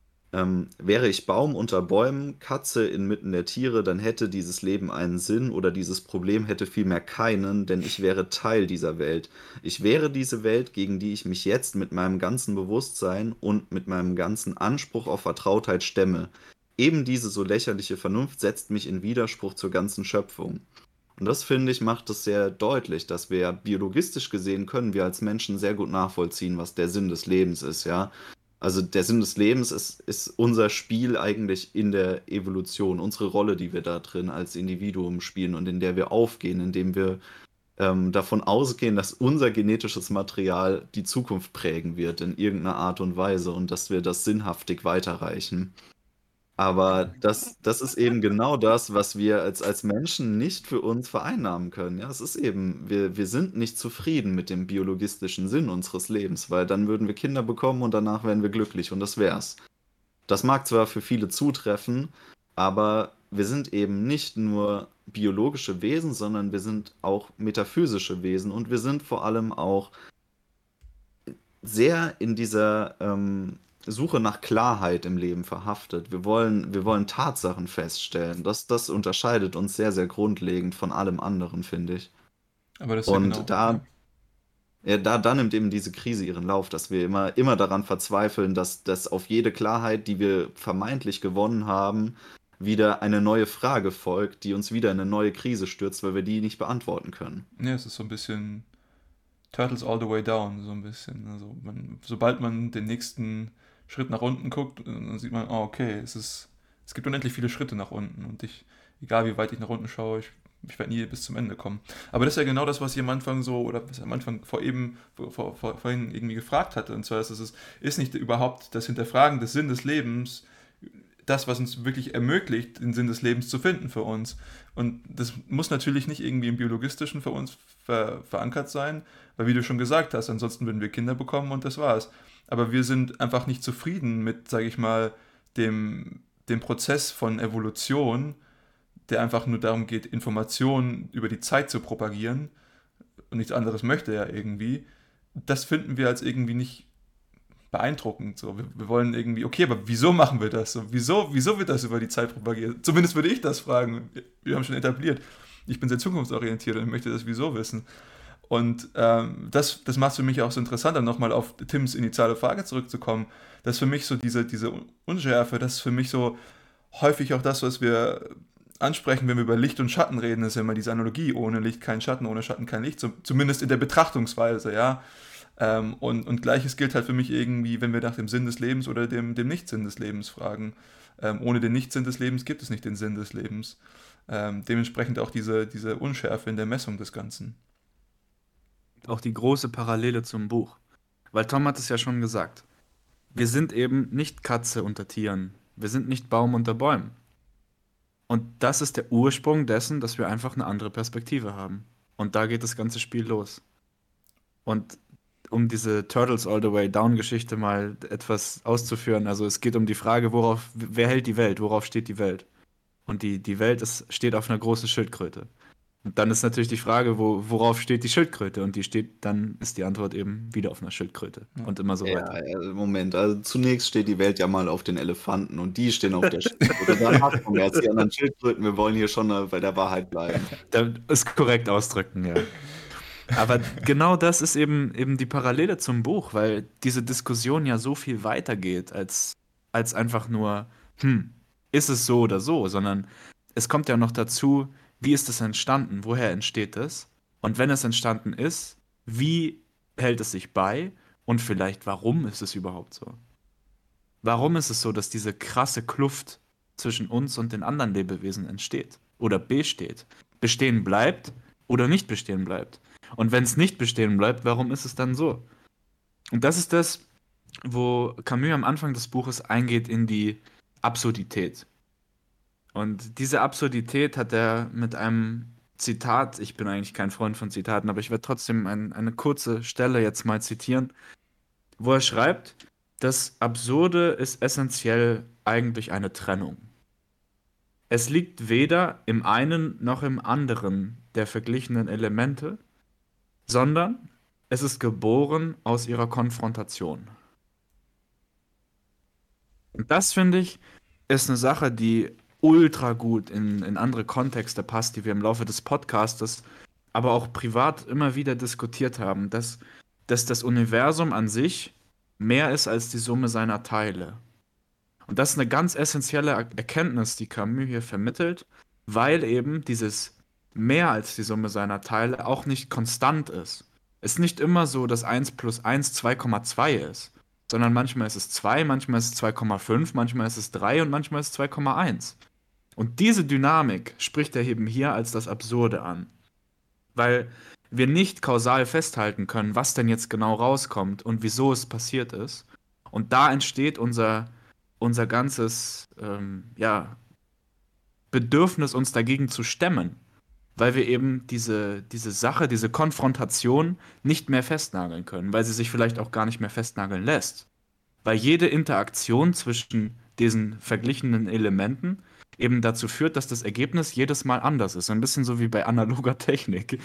wäre ich Baum unter Bäumen, Katze inmitten der Tiere, dann hätte dieses Leben einen Sinn oder dieses Problem hätte vielmehr keinen, denn ich wäre Teil dieser Welt. Ich wäre diese Welt, gegen die ich mich jetzt mit meinem ganzen Bewusstsein und mit meinem ganzen Anspruch auf Vertrautheit stemme. Eben diese so lächerliche Vernunft setzt mich in Widerspruch zur ganzen Schöpfung. Und das, finde ich, macht es sehr deutlich, dass wir ja biologistisch gesehen können wir als Menschen sehr gut nachvollziehen, was der Sinn des Lebens ist, ja. Also der Sinn des Lebens ist unser Spiel eigentlich in der Evolution, unsere Rolle, die wir da drin als Individuum spielen und in der wir aufgehen, indem wir davon ausgehen, dass unser genetisches Material die Zukunft prägen wird in irgendeiner Art und Weise und dass wir das sinnhaftig weiterreichen. Aber das ist eben genau das, was wir als Menschen nicht für uns vereinnahmen können. Ja, es ist eben, wir sind nicht zufrieden mit dem biologistischen Sinn unseres Lebens, weil dann würden wir Kinder bekommen und danach wären wir glücklich und das wär's. Das mag zwar für viele zutreffen, aber wir sind eben nicht nur biologische Wesen, sondern wir sind auch metaphysische Wesen und wir sind vor allem auch sehr in dieser Suche nach Klarheit im Leben verhaftet. Wir wollen Tatsachen feststellen. Das unterscheidet uns sehr, sehr grundlegend von allem anderen, finde ich. Aber das ist ja Und genau, da, ja. ja, da nimmt eben diese Krise ihren Lauf, dass wir immer daran verzweifeln, dass auf jede Klarheit, die wir vermeintlich gewonnen haben, wieder eine neue Frage folgt, die uns wieder in eine neue Krise stürzt, weil wir die nicht beantworten können. Ja, es ist so ein bisschen Turtles all the way down, so ein bisschen. Also sobald man den nächsten Schritt nach unten guckt, dann sieht man, oh, okay, es gibt unendlich viele Schritte nach unten und egal wie weit ich nach unten schaue, ich werde nie bis zum Ende kommen. Aber das ist ja genau das, was ich am Anfang so, oder was ich am Anfang vorhin irgendwie gefragt hatte. Und zwar ist nicht überhaupt das Hinterfragen des Sinn des Lebens das, was uns wirklich ermöglicht, den Sinn des Lebens zu finden für uns. Und das muss natürlich nicht irgendwie im Biologistischen für uns verankert sein, weil wie du schon gesagt hast, ansonsten würden wir Kinder bekommen und das war's. Aber wir sind einfach nicht zufrieden mit, sage ich mal, dem Prozess von Evolution, der einfach nur darum geht, Informationen über die Zeit zu propagieren und nichts anderes möchte er irgendwie. Das finden wir als irgendwie nicht beeindruckend. So. Wir wollen irgendwie, okay, aber wieso machen wir das? So, wieso wird das über die Zeit propagiert? Zumindest würde ich das fragen. Wir haben schon etabliert, ich bin sehr zukunftsorientiert und ich möchte das wieso wissen. Und das macht es für mich auch so interessant, dann nochmal auf Tims initiale Frage zurückzukommen. Das ist für mich so diese Unschärfe, das ist für mich so häufig auch das, was wir ansprechen, wenn wir über Licht und Schatten reden, ist ja immer diese Analogie, ohne Licht kein Schatten, ohne Schatten kein Licht, zumindest in der Betrachtungsweise, ja. Und Gleiches gilt halt für mich irgendwie, wenn wir nach dem Sinn des Lebens oder dem Nichtsinn des Lebens fragen. Ohne den Nichtsinn des Lebens gibt es nicht den Sinn des Lebens. Dementsprechend auch diese Unschärfe in der Messung des Ganzen. Auch die große Parallele zum Buch. Weil Tom hat es ja schon gesagt. Wir sind eben nicht Katze unter Tieren. Wir sind nicht Baum unter Bäumen. Und das ist der Ursprung dessen, dass wir einfach eine andere Perspektive haben. Und da geht das ganze Spiel los. Und um diese Turtles All the Way Down Geschichte mal etwas auszuführen, also es geht um die Frage, wer hält die Welt, worauf steht die Welt? Und die Welt steht auf einer großen Schildkröte. Und dann ist natürlich die Frage, worauf steht die Schildkröte? Und dann ist die Antwort eben wieder auf einer Schildkröte. Ja. Und immer so weiter. Moment. Also zunächst steht die Welt ja mal auf den Elefanten und die stehen auf der Schildkröte. Dann hast du jetzt die anderen Schildkröten. Wir wollen hier schon bei der Wahrheit bleiben. Da ist korrekt ausdrücken, ja. Aber genau das ist eben die Parallele zum Buch, weil diese Diskussion ja so viel weiter geht, als einfach nur, ist es so oder so, sondern es kommt ja noch dazu, wie ist es entstanden, woher entsteht es? Und wenn es entstanden ist, wie hält es sich bei? Und vielleicht, warum ist es überhaupt so? Warum ist es so, dass diese krasse Kluft zwischen uns und den anderen Lebewesen entsteht oder besteht? Bestehen bleibt oder nicht bestehen bleibt? Und wenn es nicht bestehen bleibt, warum ist es dann so? Und das ist das, wo Camus am Anfang des Buches eingeht in die Absurdität. Und diese Absurdität hat er mit einem Zitat, ich bin eigentlich kein Freund von Zitaten, aber ich werde trotzdem eine kurze Stelle jetzt mal zitieren, wo er schreibt, das Absurde ist essentiell eigentlich eine Trennung. Es liegt weder im einen noch im anderen der verglichenen Elemente, sondern es ist geboren aus ihrer Konfrontation. Und das, finde ich, ist eine Sache, die ultra gut in andere Kontexte passt, die wir im Laufe des Podcastes, aber auch privat immer wieder diskutiert haben, dass das Universum an sich mehr ist als die Summe seiner Teile. Und das ist eine ganz essentielle Erkenntnis, die Camus hier vermittelt, weil eben dieses mehr als die Summe seiner Teile auch nicht konstant ist. Es ist nicht immer so, dass 1 plus 1 2,2 ist, sondern manchmal ist es 2, manchmal ist es 2,5, manchmal ist es 3 und manchmal ist es 2,1. Und diese Dynamik spricht er eben hier als das Absurde an. Weil wir nicht kausal festhalten können, was denn jetzt genau rauskommt und wieso es passiert ist. Und da entsteht unser ganzes Bedürfnis, uns dagegen zu stemmen. Weil wir eben diese Sache, diese Konfrontation nicht mehr festnageln können, weil sie sich vielleicht auch gar nicht mehr festnageln lässt. Weil jede Interaktion zwischen diesen verglichenen Elementen eben dazu führt, dass das Ergebnis jedes Mal anders ist. Ein bisschen so wie bei analoger Technik.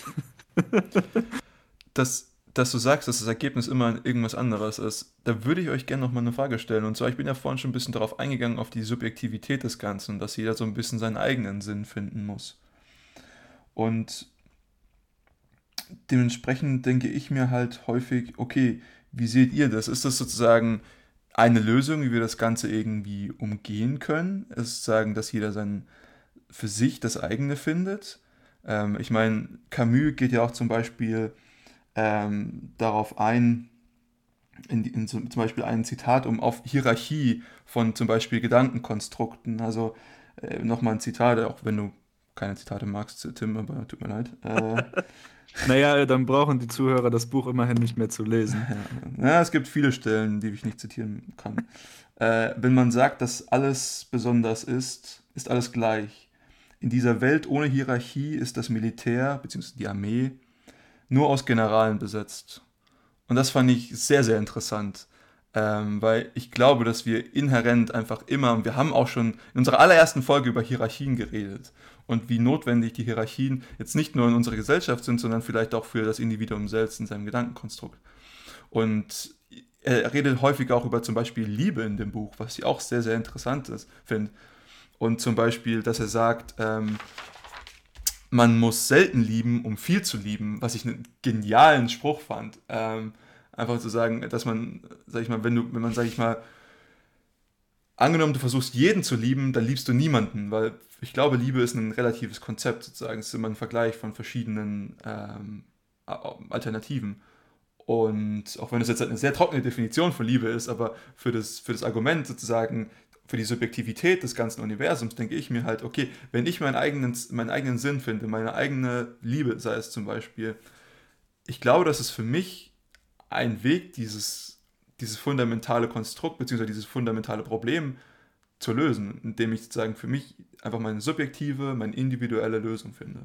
Dass du sagst, dass das Ergebnis immer irgendwas anderes ist, da würde ich euch gerne noch mal eine Frage stellen. Und zwar, ich bin ja vorhin schon ein bisschen darauf eingegangen, auf die Subjektivität des Ganzen, dass jeder so ein bisschen seinen eigenen Sinn finden muss. Und dementsprechend denke ich mir halt häufig, okay, wie seht ihr das? Ist das sozusagen eine Lösung, wie wir das Ganze irgendwie umgehen können? Es ist sozusagen, dass jeder für sich das eigene findet. Ich meine, Camus geht ja auch zum Beispiel darauf ein, zum Beispiel ein Zitat auf Hierarchie von zum Beispiel Gedankenkonstrukten. Also nochmal ein Zitat, auch wenn du keine Zitate magst, Tim, aber tut mir leid. Naja, dann brauchen die Zuhörer das Buch immerhin nicht mehr zu lesen. Ja, es gibt viele Stellen, die ich nicht zitieren kann. Wenn man sagt, dass alles besonders ist, ist alles gleich. In dieser Welt ohne Hierarchie ist das Militär bzw. die Armee nur aus Generalen besetzt. Und das fand ich sehr, sehr interessant, weil ich glaube, dass wir inhärent einfach immer, wir haben auch schon in unserer allerersten Folge über Hierarchien geredet und wie notwendig die Hierarchien jetzt nicht nur in unserer Gesellschaft sind, sondern vielleicht auch für das Individuum selbst in seinem Gedankenkonstrukt. Und er redet häufig auch über zum Beispiel Liebe in dem Buch, was ich auch sehr, sehr interessant finde. Und zum Beispiel, dass er sagt, man muss selten lieben, um viel zu lieben, was ich einen genialen Spruch fand. Einfach zu sagen, dass man, sag ich mal, wenn man, sag ich mal, angenommen, du versuchst jeden zu lieben, dann liebst du niemanden, weil ich glaube, Liebe ist ein relatives Konzept sozusagen. Es ist immer ein Vergleich von verschiedenen Alternativen. Und auch wenn es jetzt eine sehr trockene Definition von Liebe ist, aber für das Argument sozusagen, für die Subjektivität des ganzen Universums, denke ich mir halt, okay, wenn ich meinen eigenen Sinn finde, meine eigene Liebe, sei es zum Beispiel, ich glaube, dass es für mich ein Weg, dieses fundamentale Konstrukt bzw. dieses fundamentale Problem zu lösen, indem ich sozusagen für mich einfach meine subjektive, meine individuelle Lösung finde.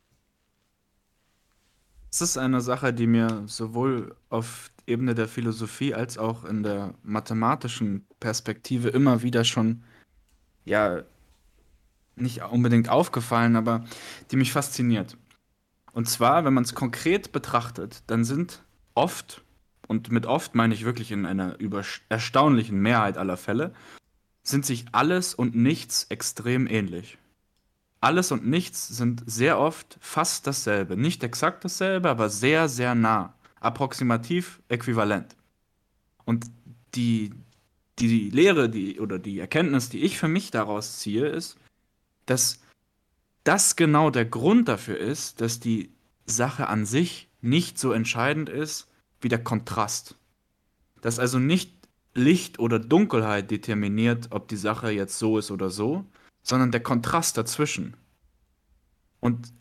Es ist eine Sache, die mir sowohl auf Ebene der Philosophie als auch in der mathematischen Perspektive immer wieder schon, ja, nicht unbedingt aufgefallen, aber die mich fasziniert. Und zwar, wenn man es konkret betrachtet, dann sind oft, und mit oft meine ich wirklich in einer erstaunlichen Mehrheit aller Fälle, sind sich alles und nichts extrem ähnlich. Alles und nichts sind sehr oft fast dasselbe. Nicht exakt dasselbe, aber sehr, sehr nah. Approximativ äquivalent. Und die, die Lehre, oder die Erkenntnis, die ich für mich daraus ziehe, ist, dass das genau der Grund dafür ist, dass die Sache an sich nicht so entscheidend ist wie der Kontrast. Dass also nicht Licht oder Dunkelheit determiniert, ob die Sache jetzt so ist oder so, sondern der Kontrast dazwischen. Und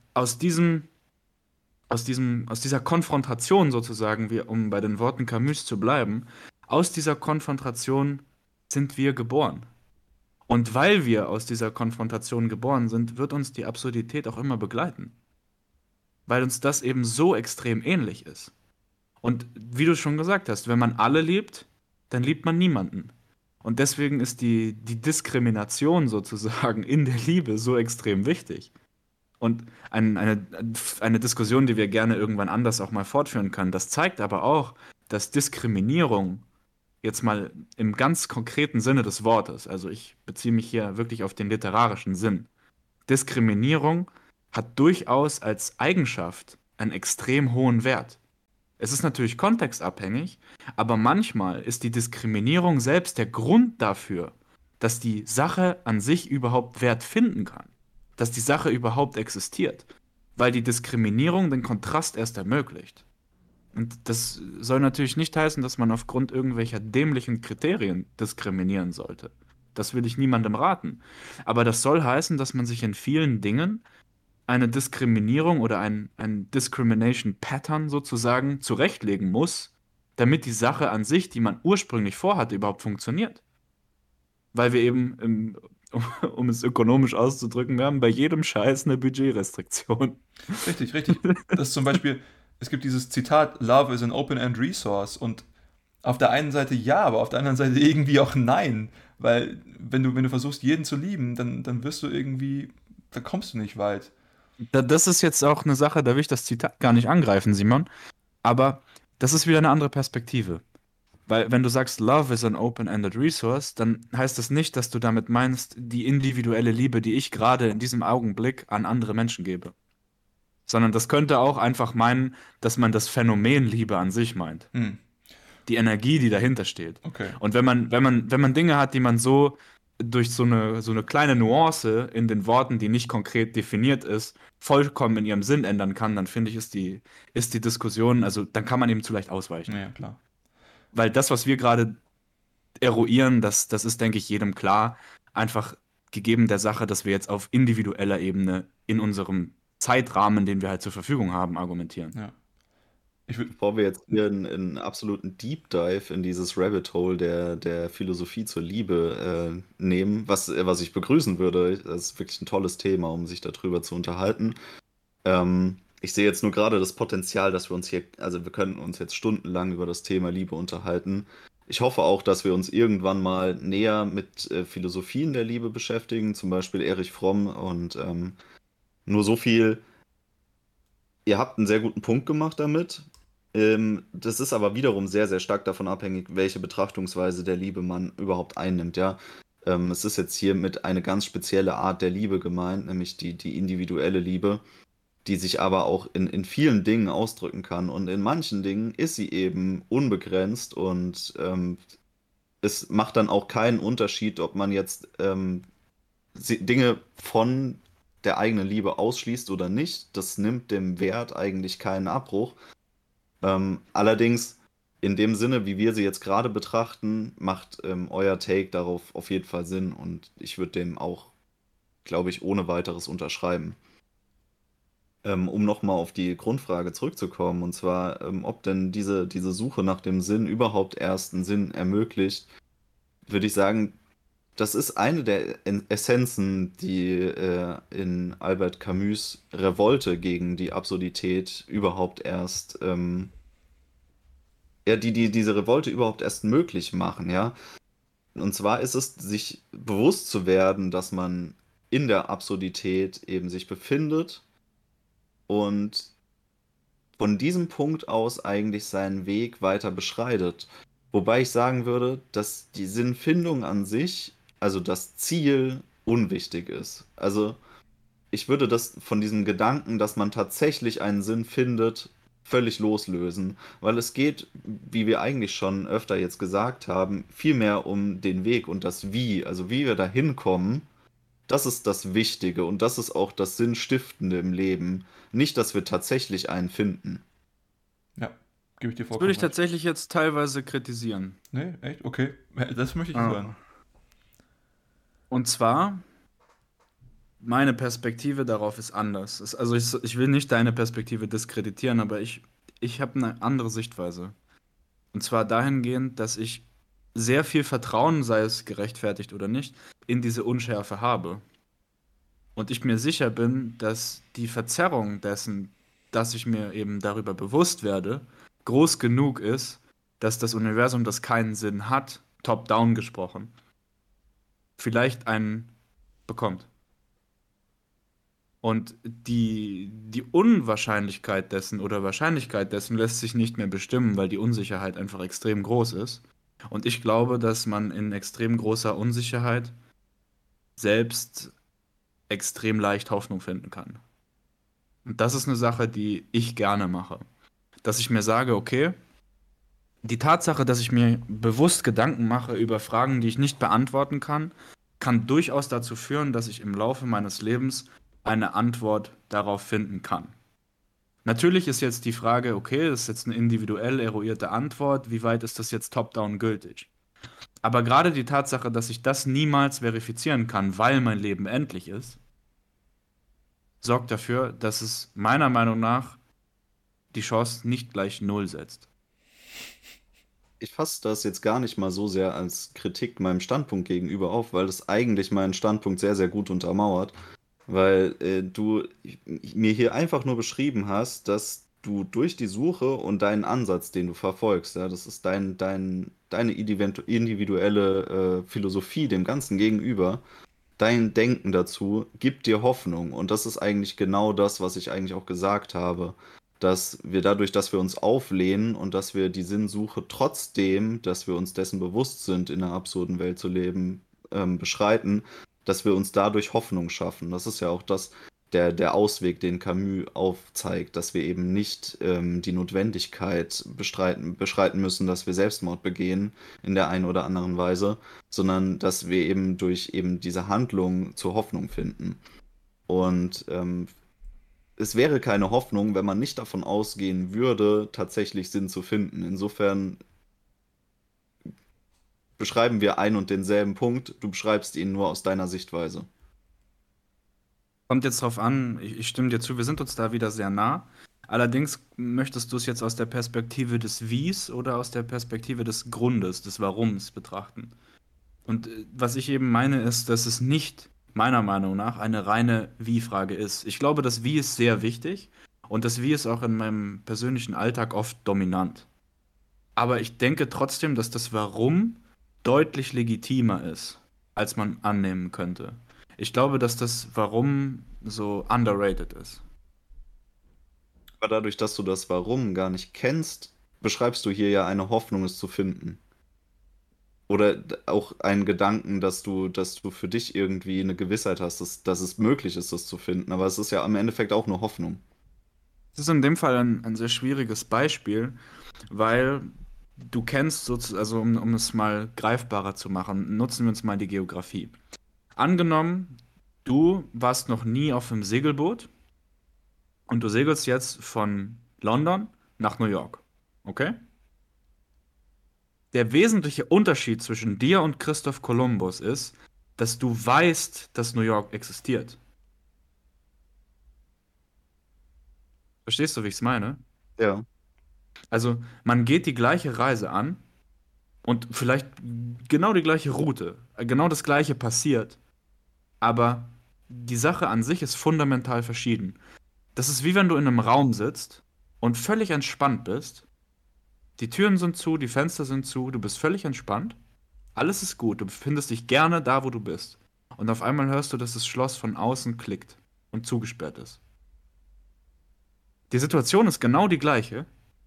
aus dieser Konfrontation sozusagen, um bei den Worten Camus zu bleiben, aus dieser Konfrontation sind wir geboren. Und weil wir aus dieser Konfrontation geboren sind, wird uns die Absurdität auch immer begleiten. Weil uns das eben so extrem ähnlich ist. Und wie du schon gesagt hast, wenn man alle liebt, dann liebt man niemanden. Und deswegen ist die Diskrimination sozusagen in der Liebe so extrem wichtig. Und eine Diskussion, die wir gerne irgendwann anders auch mal fortführen können, das zeigt aber auch, dass Diskriminierung jetzt mal im ganz konkreten Sinne des Wortes, also ich beziehe mich hier wirklich auf den literarischen Sinn, Diskriminierung hat durchaus als Eigenschaft einen extrem hohen Wert. Es ist natürlich kontextabhängig, aber manchmal ist die Diskriminierung selbst der Grund dafür, dass die Sache an sich überhaupt Wert finden kann, dass die Sache überhaupt existiert, weil die Diskriminierung den Kontrast erst ermöglicht. Und das soll natürlich nicht heißen, dass man aufgrund irgendwelcher dämlichen Kriterien diskriminieren sollte. Das will ich niemandem raten. Aber das soll heißen, dass man sich in vielen Dingen eine Diskriminierung oder ein Discrimination Pattern sozusagen zurechtlegen muss, damit die Sache an sich, die man ursprünglich vorhatte, überhaupt funktioniert. Weil wir eben, um es ökonomisch auszudrücken, wir haben bei jedem Scheiß eine Budgetrestriktion. Richtig, richtig. Das ist zum Beispiel, es gibt dieses Zitat, Love is an open-end resource und auf der einen Seite ja, aber auf der anderen Seite irgendwie auch nein, weil wenn du versuchst, jeden zu lieben, dann wirst du irgendwie, dann kommst du nicht weit. Das ist jetzt auch eine Sache, da will ich das Zitat gar nicht angreifen, Simon. Aber das ist wieder eine andere Perspektive. Weil wenn du sagst, Love is an open-ended resource, dann heißt das nicht, dass du damit meinst, die individuelle Liebe, die ich gerade in diesem Augenblick an andere Menschen gebe. Sondern das könnte auch einfach meinen, dass man das Phänomen Liebe an sich meint. Hm, Die Energie, die dahinter steht. okay. Und wenn man Dinge hat, die man so durch so eine kleine Nuance in den Worten, die nicht konkret definiert ist, vollkommen in ihrem Sinn ändern kann, dann finde ich, ist die Diskussion, also dann kann man eben zu leicht ausweichen. Ja, klar. Weil das, was wir gerade eruieren, das ist, denke ich, jedem klar, einfach gegeben der Sache, dass wir jetzt auf individueller Ebene in unserem Zeitrahmen, den wir halt zur Verfügung haben, argumentieren. Ja. Ich würde. Bevor wir jetzt hier einen absoluten Deep Dive in dieses Rabbit Hole der Philosophie zur Liebe nehmen, was ich begrüßen würde, das ist wirklich ein tolles Thema, um sich darüber zu unterhalten. Ich sehe jetzt nur gerade das Potenzial, dass wir uns hier, also wir können uns jetzt stundenlang über das Thema Liebe unterhalten. Ich hoffe auch, dass wir uns irgendwann mal näher mit Philosophien der Liebe beschäftigen, zum Beispiel Erich Fromm und nur so viel. Ihr habt einen sehr guten Punkt gemacht damit. Das ist aber wiederum sehr, sehr stark davon abhängig, welche Betrachtungsweise der Liebe man überhaupt einnimmt, ja. Es ist jetzt hier mit eine ganz spezielle Art der Liebe gemeint, nämlich die individuelle Liebe, die sich aber auch in vielen Dingen ausdrücken kann. Und in manchen Dingen ist sie eben unbegrenzt und es macht dann auch keinen Unterschied, ob man jetzt Dinge von der eigenen Liebe ausschließt oder nicht. Das nimmt dem Wert eigentlich keinen Abbruch. Allerdings, in dem Sinne, wie wir sie jetzt gerade betrachten, macht euer Take darauf auf jeden Fall Sinn und ich würde dem auch, glaube ich, ohne weiteres unterschreiben. Um nochmal auf die Grundfrage zurückzukommen, und zwar, ob denn diese Suche nach dem Sinn überhaupt erst einen Sinn ermöglicht, würde ich sagen, das ist eine der Essenzen, die in Albert Camus' Revolte gegen die Absurdität überhaupt erst, ja, die diese Revolte überhaupt erst möglich machen, ja. Und zwar ist es, sich bewusst zu werden, dass man in der Absurdität eben sich befindet und von diesem Punkt aus eigentlich seinen Weg weiter beschreitet. Wobei ich sagen würde, dass die Sinnfindung an sich, also das Ziel, unwichtig ist. Also ich würde das von diesem Gedanken, dass man tatsächlich einen Sinn findet, völlig loslösen, weil es geht, wie wir eigentlich schon öfter jetzt gesagt haben, vielmehr um den Weg und das Wie, also wie wir da hinkommen. Das ist das Wichtige und das ist auch das Sinnstiftende im Leben. Nicht, dass wir tatsächlich einen finden. Ja, gebe ich dir Das würde vollkommen ich recht. tatsächlich jetzt teilweise kritisieren. Nee, echt? Okay. Das möchte ich Ah. hören. Und zwar, meine Perspektive darauf ist anders. Also ich will nicht deine Perspektive diskreditieren, aber ich habe eine andere Sichtweise. Und zwar dahingehend, dass ich sehr viel Vertrauen, sei es gerechtfertigt oder nicht, in diese Unschärfe habe. Und ich mir sicher bin, dass die Verzerrung dessen, dass ich mir eben darüber bewusst werde, groß genug ist, dass das Universum, das keinen Sinn hat, top-down gesprochen, vielleicht einen bekommt. Und die Unwahrscheinlichkeit dessen oder Wahrscheinlichkeit dessen lässt sich nicht mehr bestimmen, weil die Unsicherheit einfach extrem groß ist. Und ich glaube, dass man in extrem großer Unsicherheit selbst extrem leicht Hoffnung finden kann. Und das ist eine Sache, die ich gerne mache. Dass ich mir sage, okay, die Tatsache, dass ich mir bewusst Gedanken mache über Fragen, die ich nicht beantworten kann durchaus dazu führen, dass ich im Laufe meines Lebens eine Antwort darauf finden kann. Natürlich ist jetzt die Frage, okay, das ist jetzt eine individuell eruierte Antwort, wie weit ist das jetzt top-down gültig? Aber gerade die Tatsache, dass ich das niemals verifizieren kann, weil mein Leben endlich ist, sorgt dafür, dass es meiner Meinung nach die Chance nicht gleich null setzt. Ich fasse das jetzt gar nicht mal so sehr als Kritik meinem Standpunkt gegenüber auf, weil das eigentlich meinen Standpunkt sehr, sehr gut untermauert, weil du mir hier einfach nur beschrieben hast, dass du durch die Suche und deinen Ansatz, den du verfolgst, ja, das ist deine individuelle Philosophie dem Ganzen gegenüber, dein Denken dazu gibt dir Hoffnung. Und das ist eigentlich genau das, was ich eigentlich auch gesagt habe. Dass wir dadurch, dass wir uns auflehnen und dass wir die Sinnsuche trotzdem, dass wir uns dessen bewusst sind, in einer absurden Welt zu leben, beschreiten, dass wir uns dadurch Hoffnung schaffen. Das ist ja auch der Ausweg, den Camus aufzeigt, dass wir eben nicht die Notwendigkeit beschreiten müssen, dass wir Selbstmord begehen in der einen oder anderen Weise, sondern dass wir eben durch eben diese Handlung zur Hoffnung finden. Und es wäre keine Hoffnung, wenn man nicht davon ausgehen würde, tatsächlich Sinn zu finden. Insofern beschreiben wir einen und denselben Punkt, du beschreibst ihn nur aus deiner Sichtweise. Kommt jetzt drauf an, ich stimme dir zu, wir sind uns da wieder sehr nah. Allerdings möchtest du es jetzt aus der Perspektive des Wies oder aus der Perspektive des Grundes, des Warums betrachten. Und was ich eben meine, ist, dass es nicht meiner Meinung nach eine reine Wie-Frage ist. Ich glaube, das Wie ist sehr wichtig und das Wie ist auch in meinem persönlichen Alltag oft dominant. Aber ich denke trotzdem, dass das Warum deutlich legitimer ist, als man annehmen könnte. Ich glaube, dass das Warum so underrated ist. Aber dadurch, dass du das Warum gar nicht kennst, beschreibst du hier ja eine Hoffnung, es zu finden. Oder auch einen Gedanken, dass du für dich irgendwie eine Gewissheit hast, dass es möglich ist, das zu finden. Aber es ist ja im Endeffekt auch nur Hoffnung. Das ist in dem Fall ein sehr schwieriges Beispiel, weil du kennst sozusagen, also um es mal greifbarer zu machen, nutzen wir uns mal die Geografie. Angenommen, du warst noch nie auf einem Segelboot und du segelst jetzt von London nach New York. Okay? Der wesentliche Unterschied zwischen dir und Christoph Kolumbus ist, dass du weißt, dass New York existiert. Verstehst du, wie ich es meine? Ja. Also, man geht die gleiche Reise an und vielleicht genau die gleiche Route, genau das gleiche passiert, aber die Sache an sich ist fundamental verschieden. Das ist wie wenn du in einem Raum sitzt und völlig entspannt bist. Die Türen sind zu, die Fenster sind zu, du bist völlig entspannt. Alles ist gut, du befindest dich gerne da, wo du bist. Und auf einmal hörst du, dass das Schloss von außen klickt und zugesperrt ist. Die Situation ist genau die gleiche,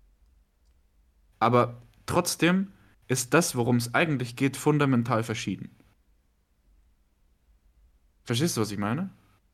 aber trotzdem ist das, worum es eigentlich geht, fundamental verschieden. Verstehst du, was ich meine?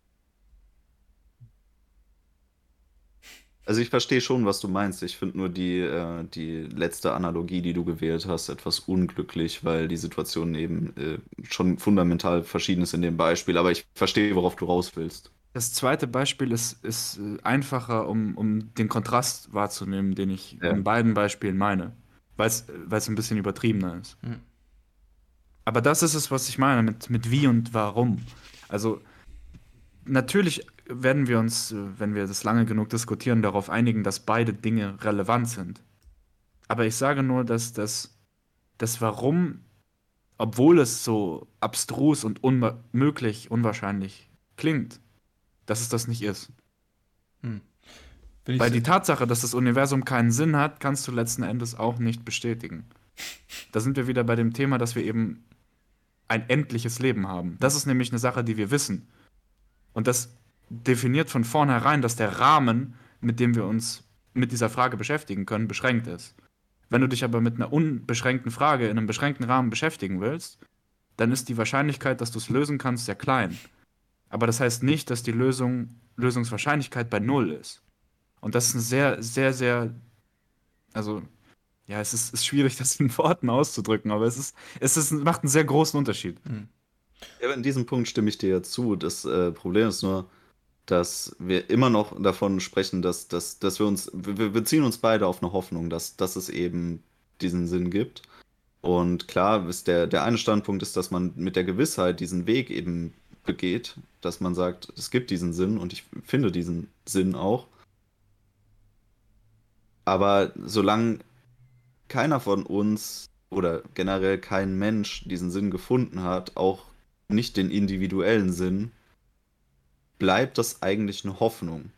Also ich verstehe schon, was du meinst. Ich finde nur die letzte Analogie, die du gewählt hast, etwas unglücklich, weil die Situation eben schon fundamental verschieden ist in dem Beispiel. Aber ich verstehe, worauf du raus willst. Das zweite Beispiel ist einfacher, um den Kontrast wahrzunehmen, den ich Ja. in beiden Beispielen meine, weil es ein bisschen übertriebener ist. Mhm. Aber das ist es, was ich meine mit wie und warum. Also natürlich werden wir uns, wenn wir das lange genug diskutieren, darauf einigen, dass beide Dinge relevant sind. Aber ich sage nur, dass das Warum, obwohl es so abstrus und unmöglich, unwahrscheinlich klingt, dass es das nicht ist. Hm. Bin ich Weil se- die Tatsache, dass das Universum keinen Sinn hat, kannst du letzten Endes auch nicht bestätigen. Da sind wir wieder bei dem Thema, dass wir eben ein endliches Leben haben. Das ist nämlich eine Sache, die wir wissen. Und das definiert von vornherein, dass der Rahmen, mit dem wir uns mit dieser Frage beschäftigen können, beschränkt ist. Wenn du dich aber mit einer unbeschränkten Frage in einem beschränkten Rahmen beschäftigen willst, dann ist die Wahrscheinlichkeit, dass du es lösen kannst, sehr klein. Aber das heißt nicht, dass die Lösungswahrscheinlichkeit bei Null ist. Und das ist ein sehr, sehr, sehr, also, ja, ist schwierig, das in Worten auszudrücken, aber macht einen sehr großen Unterschied. hm. Ja, in diesem Punkt stimme ich dir ja zu. Das Problem ist nur, dass wir immer noch davon sprechen, dass wir beziehen uns beide auf eine Hoffnung, dass es eben diesen Sinn gibt. Und klar, der eine Standpunkt ist, dass man mit der Gewissheit diesen Weg eben begeht, dass man sagt, es gibt diesen Sinn und ich finde diesen Sinn auch. Aber solange keiner von uns oder generell kein Mensch diesen Sinn gefunden hat, auch nicht den individuellen Sinn, bleibt das eigentlich eine Hoffnung.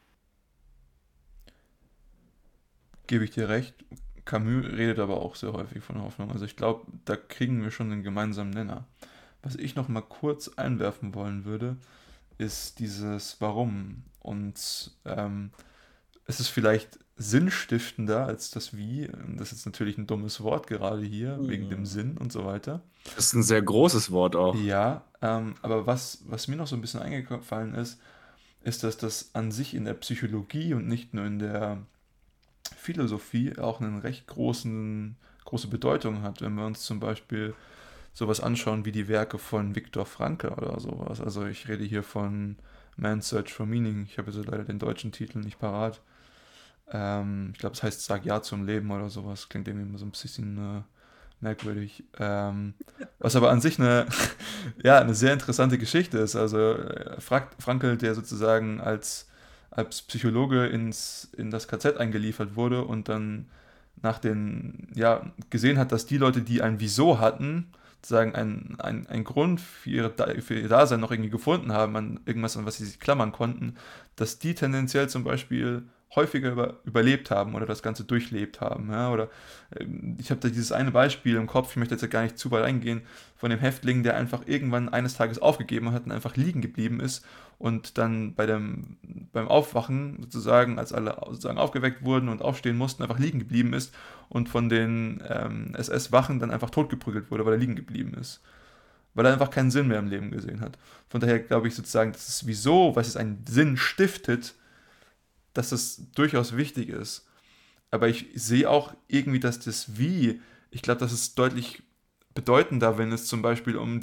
Gebe ich dir recht. Camus redet aber auch sehr häufig von Hoffnung. Also ich glaube, da kriegen wir schon einen gemeinsamen Nenner. Was ich noch mal kurz einwerfen wollen würde, ist dieses Warum. Und es ist vielleicht sinnstiftender als das Wie. Das ist jetzt natürlich ein dummes Wort gerade hier, wegen dem Sinn und so weiter. Das ist ein sehr großes Wort auch. Ja, aber was mir noch so ein bisschen eingefallen ist, dass das an sich in der Psychologie und nicht nur in der Philosophie auch eine recht große Bedeutung hat, wenn wir uns zum Beispiel sowas anschauen wie die Werke von Viktor Frankl oder sowas. Also ich rede hier von Man's Search for Meaning. Ich habe jetzt leider den deutschen Titel nicht parat. Ich glaube, es heißt Sag Ja zum Leben oder sowas. Klingt irgendwie immer so ein bisschen merkwürdig. Was aber an sich ja, eine sehr interessante Geschichte ist. Also Frankl, der sozusagen als Psychologe in das KZ eingeliefert wurde und dann ja, gesehen hat, dass die Leute, die ein Wieso hatten, sozusagen einen Grund für ihr Dasein noch irgendwie gefunden haben, an irgendwas, an was sie sich klammern konnten, dass die tendenziell zum Beispiel häufiger überlebt haben oder das Ganze durchlebt haben. Ja? Oder ich habe da dieses eine Beispiel im Kopf, ich möchte jetzt ja gar nicht zu weit eingehen, von dem Häftling, der einfach irgendwann eines Tages aufgegeben hat und einfach liegen geblieben ist und dann beim Aufwachen sozusagen, als alle sozusagen aufgeweckt wurden und aufstehen mussten, einfach liegen geblieben ist und von den SS-Wachen dann einfach totgeprügelt wurde, weil er liegen geblieben ist. Weil er einfach keinen Sinn mehr im Leben gesehen hat. Von daher glaube ich sozusagen, dass es wieso, was es einen Sinn stiftet, dass es durchaus wichtig ist. Aber ich sehe auch irgendwie, dass das Wie, ich glaube, das ist deutlich bedeutender, wenn es zum Beispiel um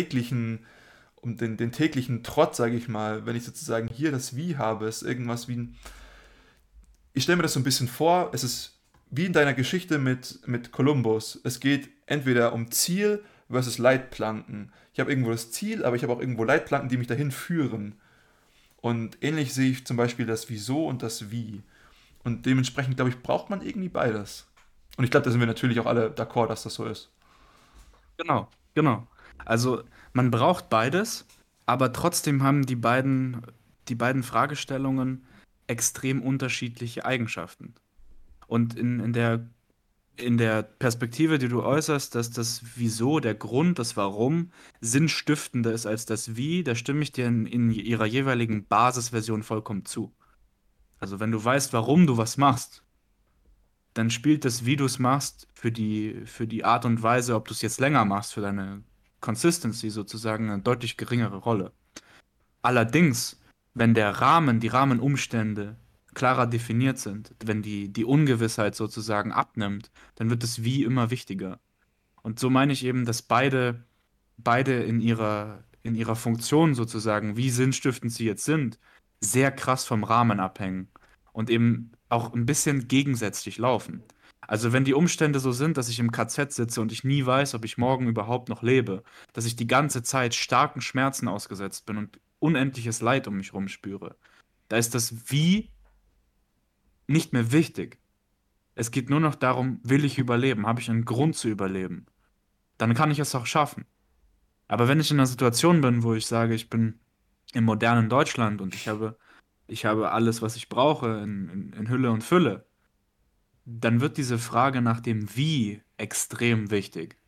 den täglichen Trott, sage ich mal, wenn ich sozusagen hier das Wie habe, ist irgendwas wie ich stelle mir das so ein bisschen vor, es ist wie in deiner Geschichte mit Kolumbus. Es geht entweder um Ziel versus Leitplanken. Ich habe irgendwo das Ziel, aber ich habe auch irgendwo Leitplanken, die mich dahin führen. Und ähnlich sehe ich zum Beispiel das Wieso und das Wie. Und dementsprechend, glaube ich, braucht man irgendwie beides. Und ich glaube, da sind wir natürlich auch alle d'accord, dass das so ist. Genau, genau. Also man braucht beides, aber trotzdem haben die beiden Fragestellungen extrem unterschiedliche Eigenschaften. Und in der Perspektive, die du äußerst, dass das Wieso, der Grund, das Warum sinnstiftender ist als das Wie, da stimme ich dir in ihrer jeweiligen Basisversion vollkommen zu. Also wenn du weißt, warum du was machst, dann spielt das, wie du es machst, für die Art und Weise, ob du es jetzt länger machst, für deine Consistency sozusagen eine deutlich geringere Rolle. Allerdings, wenn der Rahmen, die Rahmenumstände klarer definiert sind, wenn die Ungewissheit sozusagen abnimmt, dann wird das Wie immer wichtiger. Und so meine ich eben, dass beide in ihrer Funktion sozusagen, wie sinnstiftend sie jetzt sind, sehr krass vom Rahmen abhängen und eben auch ein bisschen gegensätzlich laufen. Also wenn die Umstände so sind, dass ich im KZ sitze und ich nie weiß, ob ich morgen überhaupt noch lebe, dass ich die ganze Zeit starken Schmerzen ausgesetzt bin und unendliches Leid um mich herum spüre, da ist das Wie nicht mehr wichtig. Es geht nur noch darum, will ich überleben? Habe ich einen Grund zu überleben? Dann kann ich es auch schaffen. Aber wenn ich in einer Situation bin, wo ich sage, ich bin im modernen Deutschland und ich habe alles, was ich brauche, in Hülle und Fülle, dann wird diese Frage nach dem Wie extrem wichtig.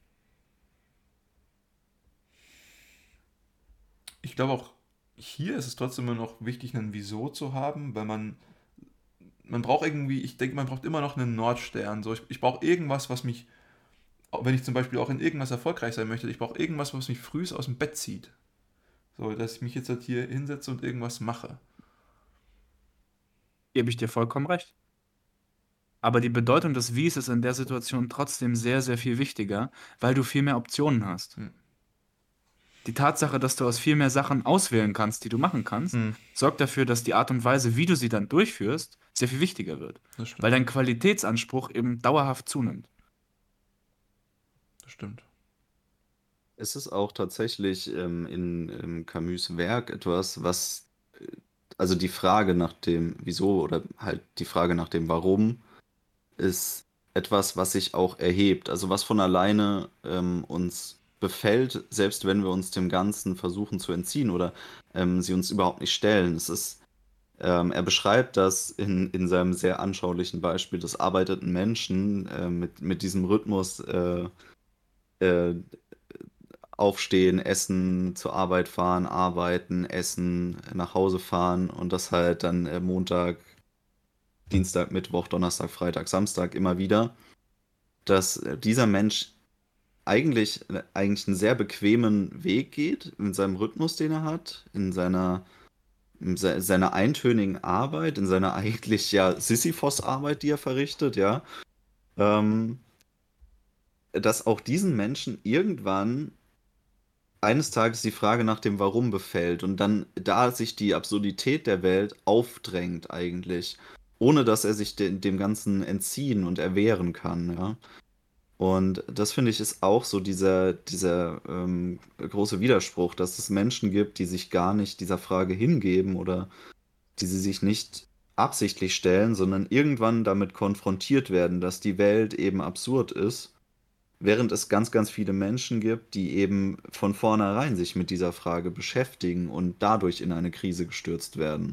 Ich glaube auch hier ist es trotzdem immer noch wichtig, ein Wieso zu haben, weil man braucht irgendwie, ich denke, man braucht immer noch einen Nordstern. So, ich brauche irgendwas, was mich, wenn ich zum Beispiel auch in irgendwas erfolgreich sein möchte, ich brauche irgendwas, was mich frühst aus dem Bett zieht. So, dass ich mich jetzt halt hier hinsetze und irgendwas mache. Gebe ich dir vollkommen recht. Aber die Bedeutung des Wies ist in der Situation trotzdem sehr, sehr viel wichtiger, weil du viel mehr Optionen hast. Hm. Die Tatsache, dass du aus viel mehr Sachen auswählen kannst, die du machen kannst, Hm, sorgt dafür, dass die Art und Weise, wie du sie dann durchführst, sehr viel wichtiger wird. das Weil stimmt. dein Qualitätsanspruch eben dauerhaft zunimmt. Das stimmt. Es ist auch tatsächlich in Camus' Werk etwas, was, also die Frage nach dem Wieso oder halt die Frage nach dem Warum ist etwas, was sich auch erhebt, also was von alleine uns befällt, selbst wenn wir uns dem Ganzen versuchen zu entziehen oder sie uns überhaupt nicht stellen. Er beschreibt das in seinem sehr anschaulichen Beispiel des arbeitenden Menschen mit diesem Rhythmus äh, aufstehen, essen, zur Arbeit fahren, arbeiten, essen, nach Hause fahren und das halt dann Montag, Dienstag, Mittwoch, Donnerstag, Freitag, Samstag immer wieder, dass dieser Mensch eigentlich einen sehr bequemen Weg geht in seinem Rhythmus, den er hat, in seiner eintönigen Arbeit, in seiner eigentlich ja Sisyphos-Arbeit, die er verrichtet, ja, ähm, dass auch diesen Menschen irgendwann eines Tages die Frage nach dem Warum befällt und dann da sich die Absurdität der Welt aufdrängt eigentlich, ohne dass er sich dem Ganzen entziehen und erwehren kann, ja. Und das finde ich ist auch so dieser große Widerspruch, dass es Menschen gibt, die sich gar nicht dieser Frage hingeben oder die sie sich nicht absichtlich stellen, sondern irgendwann damit konfrontiert werden, dass die Welt eben absurd ist, während es ganz, ganz viele Menschen gibt, die eben von vornherein sich mit dieser Frage beschäftigen und dadurch in eine Krise gestürzt werden.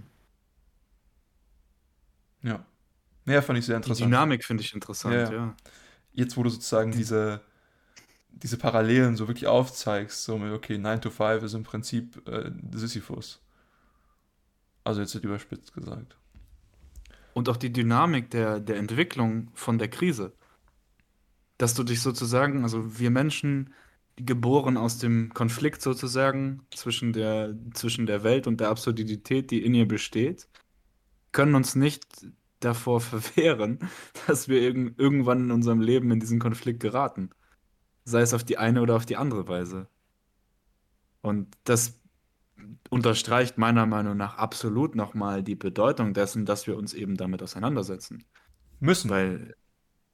Ja. Ja, fand ich sehr Die interessant. Dynamik finde ich Ja, interessant, ja. ja. Jetzt, wo du sozusagen Die, diese Parallelen so wirklich aufzeigst, so mit, okay, 9 to 5 ist im Prinzip Sisyphus. Also jetzt wird überspitzt gesagt. und auch die Dynamik der Entwicklung von der Krise. Dass du dich sozusagen, also wir Menschen, geboren aus dem Konflikt sozusagen zwischen der Welt und der Absurdität, die in ihr besteht, können uns nicht davor verwehren, dass wir irgendwann in unserem Leben in diesen Konflikt geraten. Sei es auf die eine oder auf die andere Weise. Und das unterstreicht meiner Meinung nach absolut nochmal die Bedeutung dessen, dass wir uns eben damit auseinandersetzen. Müssen. Weil,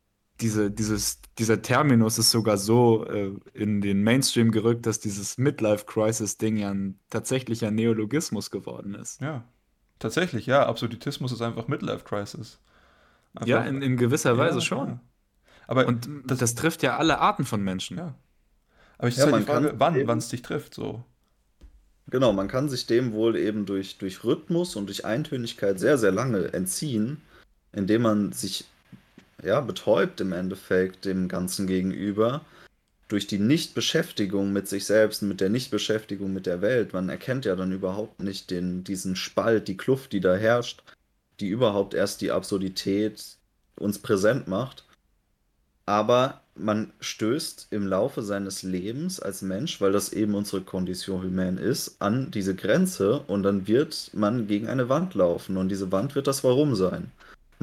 dieser Terminus ist sogar so in den Mainstream gerückt, dass dieses Midlife-Crisis-Ding ja ein tatsächlicher Neologismus geworden ist. Ja, tatsächlich, ja. Absolutismus ist einfach Midlife Crisis. Ja, Einfach, in gewisser Weise ja, schon. ja. Aber Und das, das trifft ja alle Arten von Menschen. ja. Aber es ist Ja, halt die man kann Frage, wann eben, es dich trifft, so. genau, man kann sich dem wohl eben durch Rhythmus und durch Eintönigkeit sehr, sehr lange entziehen, indem man sich ja betäubt im Endeffekt dem Ganzen gegenüber. Durch die Nichtbeschäftigung mit sich selbst, mit der Nichtbeschäftigung mit der Welt. Man erkennt ja dann überhaupt nicht diesen Spalt, die Kluft, die da herrscht, die überhaupt erst die Absurdität uns präsent macht. Aber man stößt im Laufe seines Lebens als Mensch, weil das eben unsere Condition humaine ist, an diese Grenze und dann wird man gegen eine Wand laufen und diese Wand wird das Warum sein.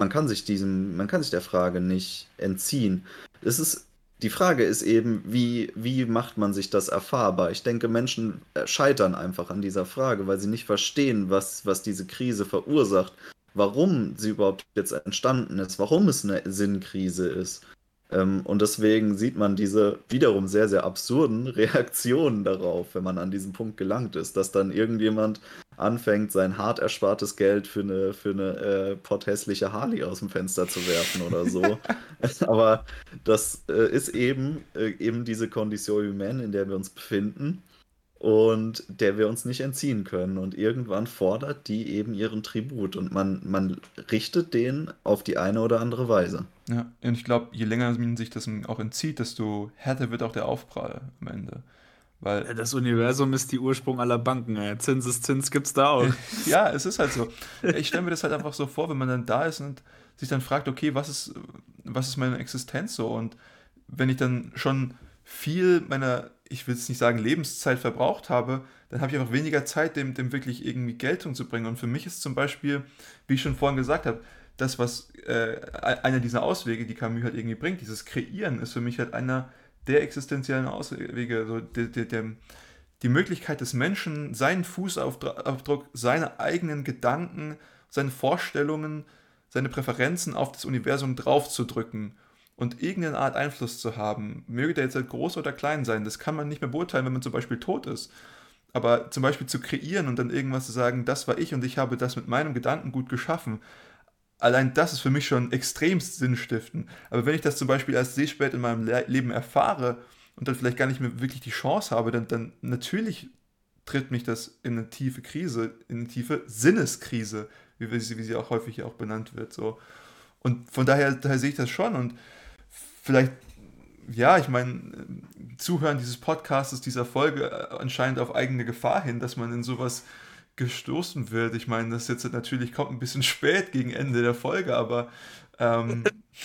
Man kann sich der Frage nicht entziehen. Es ist, die Frage ist eben, wie macht man sich das erfahrbar? Ich denke, Menschen scheitern einfach an dieser Frage, weil sie nicht verstehen, was diese Krise verursacht, warum sie überhaupt jetzt entstanden ist, warum es eine Sinnkrise ist. Und deswegen sieht man diese wiederum sehr, sehr absurden Reaktionen darauf, wenn man an diesen Punkt gelangt ist, dass dann irgendjemand anfängt, sein hart erspartes Geld für eine potthässliche Harley aus dem Fenster zu werfen oder so. Aber das ist eben diese Condition humaine, in der wir uns befinden und der wir uns nicht entziehen können. Und irgendwann fordert die eben ihren Tribut und man richtet den auf die eine oder andere Weise. Ja, und ich glaube, je länger man sich das auch entzieht, desto härter wird auch der Aufprall am Ende. Weil, Das Universum ist die Ursprung aller Banken. Zinseszins gibt's da auch. ja, es ist halt so. Ich stelle mir das halt einfach so vor, wenn man dann da ist und sich dann fragt, okay, was ist meine Existenz so? Und wenn ich dann schon viel meiner, ich will jetzt nicht sagen Lebenszeit verbraucht habe, dann habe ich einfach weniger Zeit, dem wirklich irgendwie Geltung zu bringen. Und für mich ist zum Beispiel, wie ich schon vorhin gesagt habe, das, was einer dieser Auswege, die Camus halt irgendwie bringt, dieses Kreieren, ist für mich halt einer der existenziellen Auswege, so die Möglichkeit des Menschen, seinen Fußabdruck, seine eigenen Gedanken, seine Vorstellungen, seine Präferenzen auf das Universum draufzudrücken und irgendeine Art Einfluss zu haben. Möge der jetzt halt groß oder klein sein, das kann man nicht mehr beurteilen, wenn man zum Beispiel tot ist. Aber zum Beispiel zu kreieren und dann irgendwas zu sagen, das war ich und ich habe das mit meinem Gedankengut geschaffen, allein das ist für mich schon extremst sinnstiftend. Aber wenn ich das zum Beispiel erst sehr spät in meinem Leben erfahre und dann vielleicht gar nicht mehr wirklich die Chance habe, dann natürlich tritt mich das in eine tiefe Krise, in eine tiefe Sinneskrise, wie sie auch häufig auch benannt wird. So. Und von daher sehe ich das schon. Und vielleicht, ja, ich meine, Zuhören dieses Podcasts, dieser Folge anscheinend auf eigene Gefahr hin, dass man in sowas gestoßen wird. Ich meine, das jetzt natürlich kommt ein bisschen spät gegen Ende der Folge, aber ähm,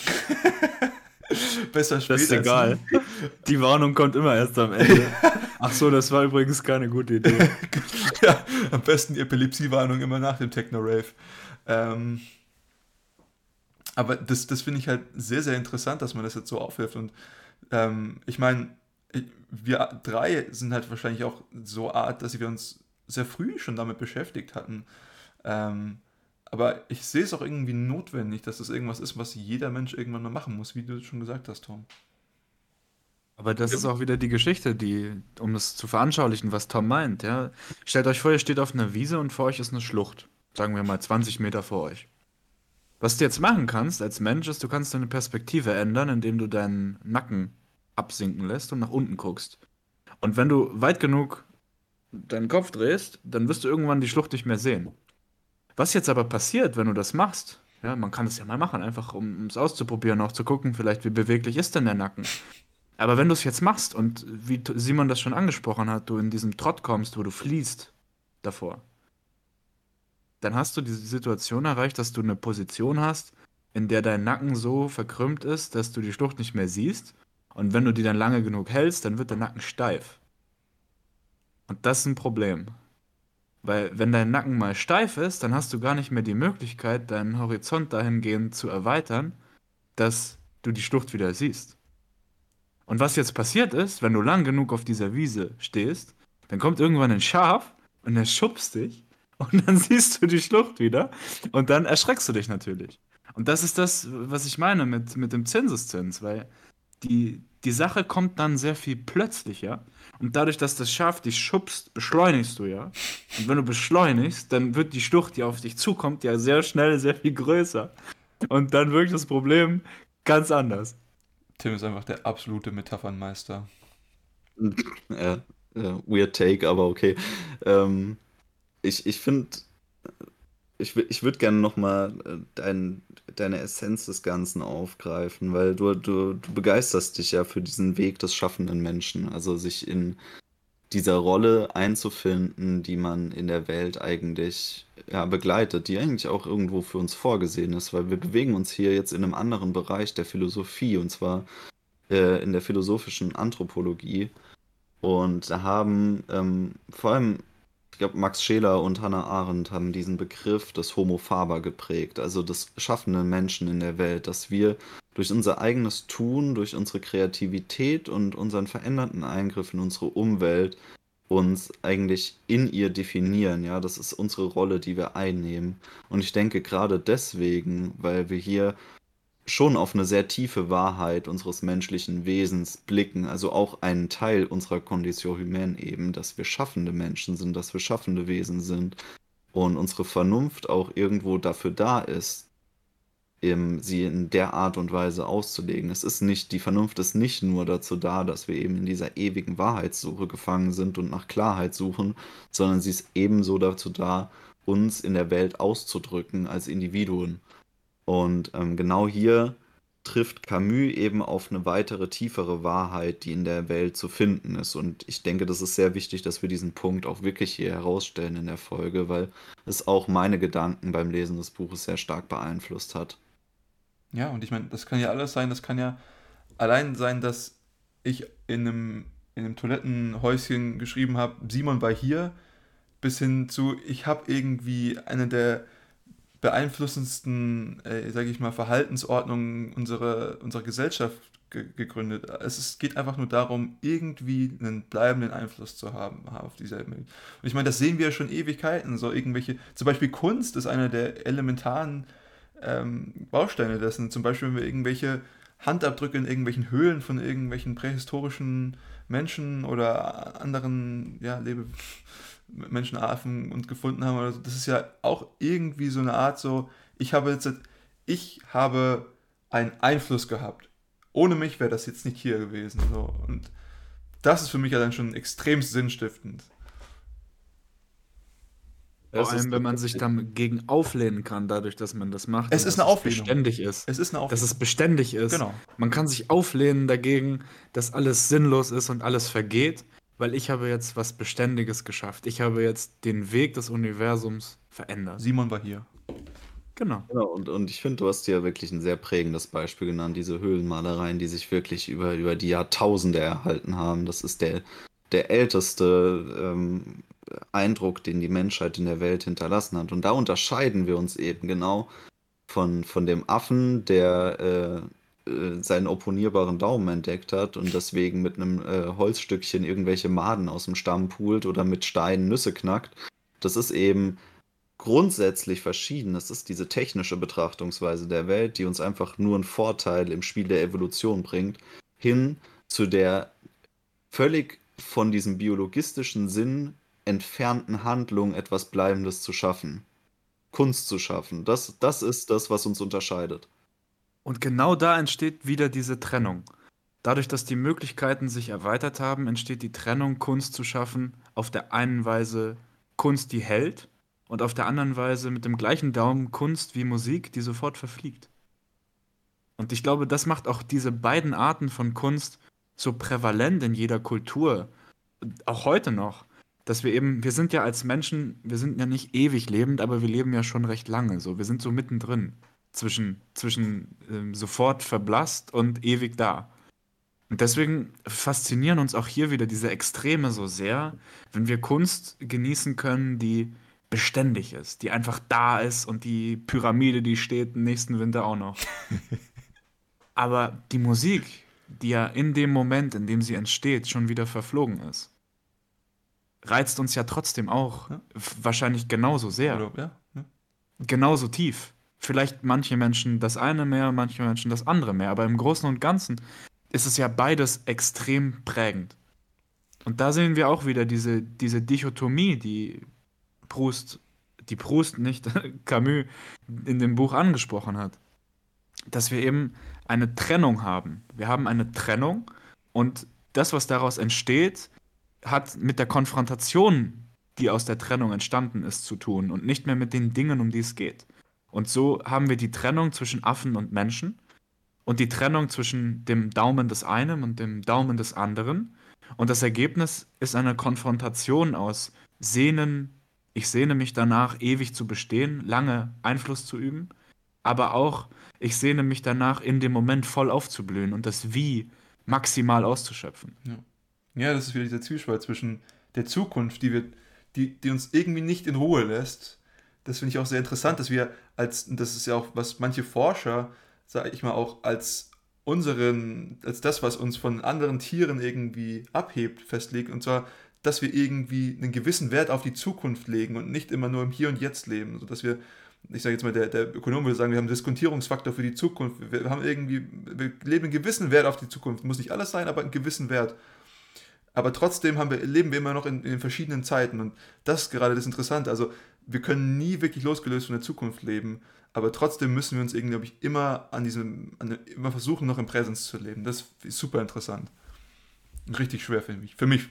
besser Das spät ist als egal. nie. Die Warnung kommt immer erst am Ende. Ach so, das war übrigens keine gute Idee. Ja, am besten die Epilepsiewarnung immer nach dem Techno-Rave. Ähm, aber das finde ich halt sehr, sehr interessant, dass man das jetzt so aufwirft. Und ich meine, wir drei sind halt wahrscheinlich auch so Art, dass wir uns sehr früh schon damit beschäftigt hatten. Aber ich sehe es auch irgendwie notwendig, dass das irgendwas ist, was jeder Mensch irgendwann mal machen muss, wie du schon gesagt hast, Tom. Aber das ist auch wieder die Geschichte, um es zu veranschaulichen, was Tom meint, ja. Stellt euch vor, ihr steht auf einer Wiese und vor euch ist eine Schlucht. Sagen wir mal 20 Meter vor euch. Was du jetzt machen kannst als Mensch ist, du kannst deine Perspektive ändern, indem du deinen Nacken absinken lässt und nach unten guckst. Und wenn du weit genug deinen Kopf drehst, dann wirst du irgendwann die Schlucht nicht mehr sehen. Was jetzt aber passiert, wenn du das machst, ja, man kann es ja mal machen, einfach um es auszuprobieren, auch zu gucken, vielleicht wie beweglich ist denn der Nacken. Aber wenn du es jetzt machst und wie Simon das schon angesprochen hat, du in diesem Trott kommst, wo du fliehst davor, dann hast du diese Situation erreicht, dass du eine Position hast, in der dein Nacken so verkrümmt ist, dass du die Schlucht nicht mehr siehst. Und wenn du die dann lange genug hältst, dann wird der Nacken steif. Und das ist ein Problem. Weil wenn dein Nacken mal steif ist, dann hast du gar nicht mehr die Möglichkeit, deinen Horizont dahingehend zu erweitern, dass du die Schlucht wieder siehst. Und was jetzt passiert ist, wenn du lang genug auf dieser Wiese stehst, dann kommt irgendwann ein Schaf und er schubst dich und dann siehst du die Schlucht wieder und dann erschreckst du dich natürlich. Und das ist das, was ich meine mit dem Zinseszins, weil die Sache kommt dann sehr viel plötzlicher. Und dadurch, dass das Schaf dich schubst, beschleunigst du ja. Und wenn du beschleunigst, dann wird die Schlucht, die auf dich zukommt, ja sehr schnell, sehr viel größer. Und dann wirkt das Problem ganz anders. Tim ist einfach der absolute Metaphernmeister. Ja, weird take, aber okay. Ähm, ich finde, ich würde gerne nochmal deine Essenz des Ganzen aufgreifen, weil du begeisterst dich ja für diesen Weg des schaffenden Menschen, also sich in dieser Rolle einzufinden, die man in der Welt eigentlich ja, begleitet, die eigentlich auch irgendwo für uns vorgesehen ist, weil wir bewegen uns hier jetzt in einem anderen Bereich der Philosophie, und zwar in der philosophischen Anthropologie. Und da haben vor allem, ich glaube, Max Scheler und Hannah Arendt haben diesen Begriff des Homo faber geprägt, also des schaffenden Menschen in der Welt, dass wir durch unser eigenes Tun, durch unsere Kreativität und unseren veränderten Eingriff in unsere Umwelt uns eigentlich in ihr definieren. Ja, das ist unsere Rolle, die wir einnehmen. Und ich denke gerade deswegen, weil wir hier schon auf eine sehr tiefe Wahrheit unseres menschlichen Wesens blicken, also auch einen Teil unserer Condition humaine eben, dass wir schaffende Menschen sind, dass wir schaffende Wesen sind und unsere Vernunft auch irgendwo dafür da ist, eben sie in der Art und Weise auszulegen. Die Vernunft ist nicht nur dazu da, dass wir eben in dieser ewigen Wahrheitssuche gefangen sind und nach Klarheit suchen, sondern sie ist ebenso dazu da, uns in der Welt auszudrücken als Individuen. Und genau hier trifft Camus eben auf eine weitere, tiefere Wahrheit, die in der Welt zu finden ist. Und ich denke, das ist sehr wichtig, dass wir diesen Punkt auch wirklich hier herausstellen in der Folge, weil es auch meine Gedanken beim Lesen des Buches sehr stark beeinflusst hat. Ja, und ich meine, das kann ja alles sein. Das kann ja allein sein, dass ich in einem Toilettenhäuschen geschrieben habe, Simon war hier, bis hin zu, ich habe irgendwie eine der beeinflussendsten, sage ich mal, Verhaltensordnungen unserer Gesellschaft gegründet. Geht einfach nur darum, irgendwie einen bleibenden Einfluss zu haben auf diese Welt. Und ich meine, das sehen wir ja schon Ewigkeiten. So irgendwelche, zum Beispiel Kunst ist einer der elementaren Bausteine dessen. Zum Beispiel, wenn wir irgendwelche Handabdrücke in irgendwelchen Höhlen von irgendwelchen prähistorischen Menschen oder anderen ja, Menschenaffen und gefunden haben oder so. Das ist ja auch irgendwie so eine Art so, ich habe einen Einfluss gehabt. Ohne mich wäre das jetzt nicht hier gewesen. So. Und das ist für mich ja dann schon extrem sinnstiftend. Vor allem, wenn man sich dann gegen auflehnen kann, dadurch, dass man das macht Es und ist dass eine es Auflehnung. beständig ist. Es ist eine Dass Auflehnung. es beständig ist. Genau. Man kann sich auflehnen dagegen, dass alles sinnlos ist und alles vergeht, weil ich habe jetzt was Beständiges geschafft. Ich habe jetzt den Weg des Universums verändert. Simon war hier. Genau. Genau, und ich finde, du hast ja wirklich ein sehr prägendes Beispiel genannt, diese Höhlenmalereien, die sich wirklich über die Jahrtausende erhalten haben. Das ist der älteste Eindruck, den die Menschheit in der Welt hinterlassen hat. Und da unterscheiden wir uns eben genau von dem Affen, der seinen opponierbaren Daumen entdeckt hat und deswegen mit einem Holzstückchen irgendwelche Maden aus dem Stamm pult oder mit Steinen Nüsse knackt. Das ist eben grundsätzlich verschieden. Das ist diese technische Betrachtungsweise der Welt, die uns einfach nur einen Vorteil im Spiel der Evolution bringt, hin zu der völlig von diesem biologistischen Sinn entfernten Handlung, etwas Bleibendes zu schaffen. Kunst zu schaffen. Das ist das, was uns unterscheidet. Und genau da entsteht wieder diese Trennung. Dadurch, dass die Möglichkeiten sich erweitert haben, entsteht die Trennung, Kunst zu schaffen. Auf der einen Weise Kunst, die hält, und auf der anderen Weise mit dem gleichen Daumen Kunst wie Musik, die sofort verfliegt. Und ich glaube, das macht auch diese beiden Arten von Kunst so prävalent in jeder Kultur, auch heute noch, dass wir sind ja als Menschen, wir sind ja nicht ewig lebend, aber wir leben ja schon recht lange. So, wir sind so mittendrin zwischen sofort verblasst und ewig da. Und deswegen faszinieren uns auch hier wieder diese Extreme so sehr, wenn wir Kunst genießen können, die beständig ist, die einfach da ist und die Pyramide, die steht nächsten Winter auch noch. Aber die Musik, die ja in dem Moment, in dem sie entsteht, schon wieder verflogen ist, reizt uns ja trotzdem auch Ja. wahrscheinlich genauso sehr, Oder, ja. genauso tief. vielleicht manche Menschen das eine mehr, manche Menschen das andere mehr, aber im Großen und Ganzen ist es ja beides extrem prägend. Und da sehen wir auch wieder diese Dichotomie, Proust, die Proust nicht Camus in dem Buch angesprochen hat, dass wir eben eine Trennung haben. Wir haben eine Trennung und das, was daraus entsteht, hat mit der Konfrontation, die aus der Trennung entstanden ist, zu tun und nicht mehr mit den Dingen, um die es geht. Und so haben wir die Trennung zwischen Affen und Menschen und die Trennung zwischen dem Daumen des einen und dem Daumen des anderen. Und das Ergebnis ist eine Konfrontation aus Sehnen, ich sehne mich danach, ewig zu bestehen, lange Einfluss zu üben, aber auch, ich sehne mich danach, in dem Moment voll aufzublühen und das Wie maximal auszuschöpfen. Ja. Ja, das ist wieder dieser Zwiespalt zwischen der Zukunft, die uns irgendwie nicht in Ruhe lässt. Das finde ich auch sehr interessant, dass wir und das ist ja auch, was manche Forscher, sage ich mal, auch als das, was uns von anderen Tieren irgendwie abhebt, festlegen. Und zwar, dass wir irgendwie einen gewissen Wert auf die Zukunft legen und nicht immer nur im Hier und Jetzt leben. Sodass wir, ich sage jetzt mal, der Ökonom würde sagen, wir haben einen Diskontierungsfaktor für die Zukunft. Wir leben einen gewissen Wert auf die Zukunft. Muss nicht alles sein, aber einen gewissen Wert. Aber trotzdem leben wir immer noch in den verschiedenen Zeiten. Und das ist gerade das Interessante. Also wir können nie wirklich losgelöst von der Zukunft leben, aber trotzdem müssen wir uns irgendwie, glaube ich, immer versuchen, noch im Präsens zu leben. Das ist super interessant. Und richtig schwer für mich. Für mich.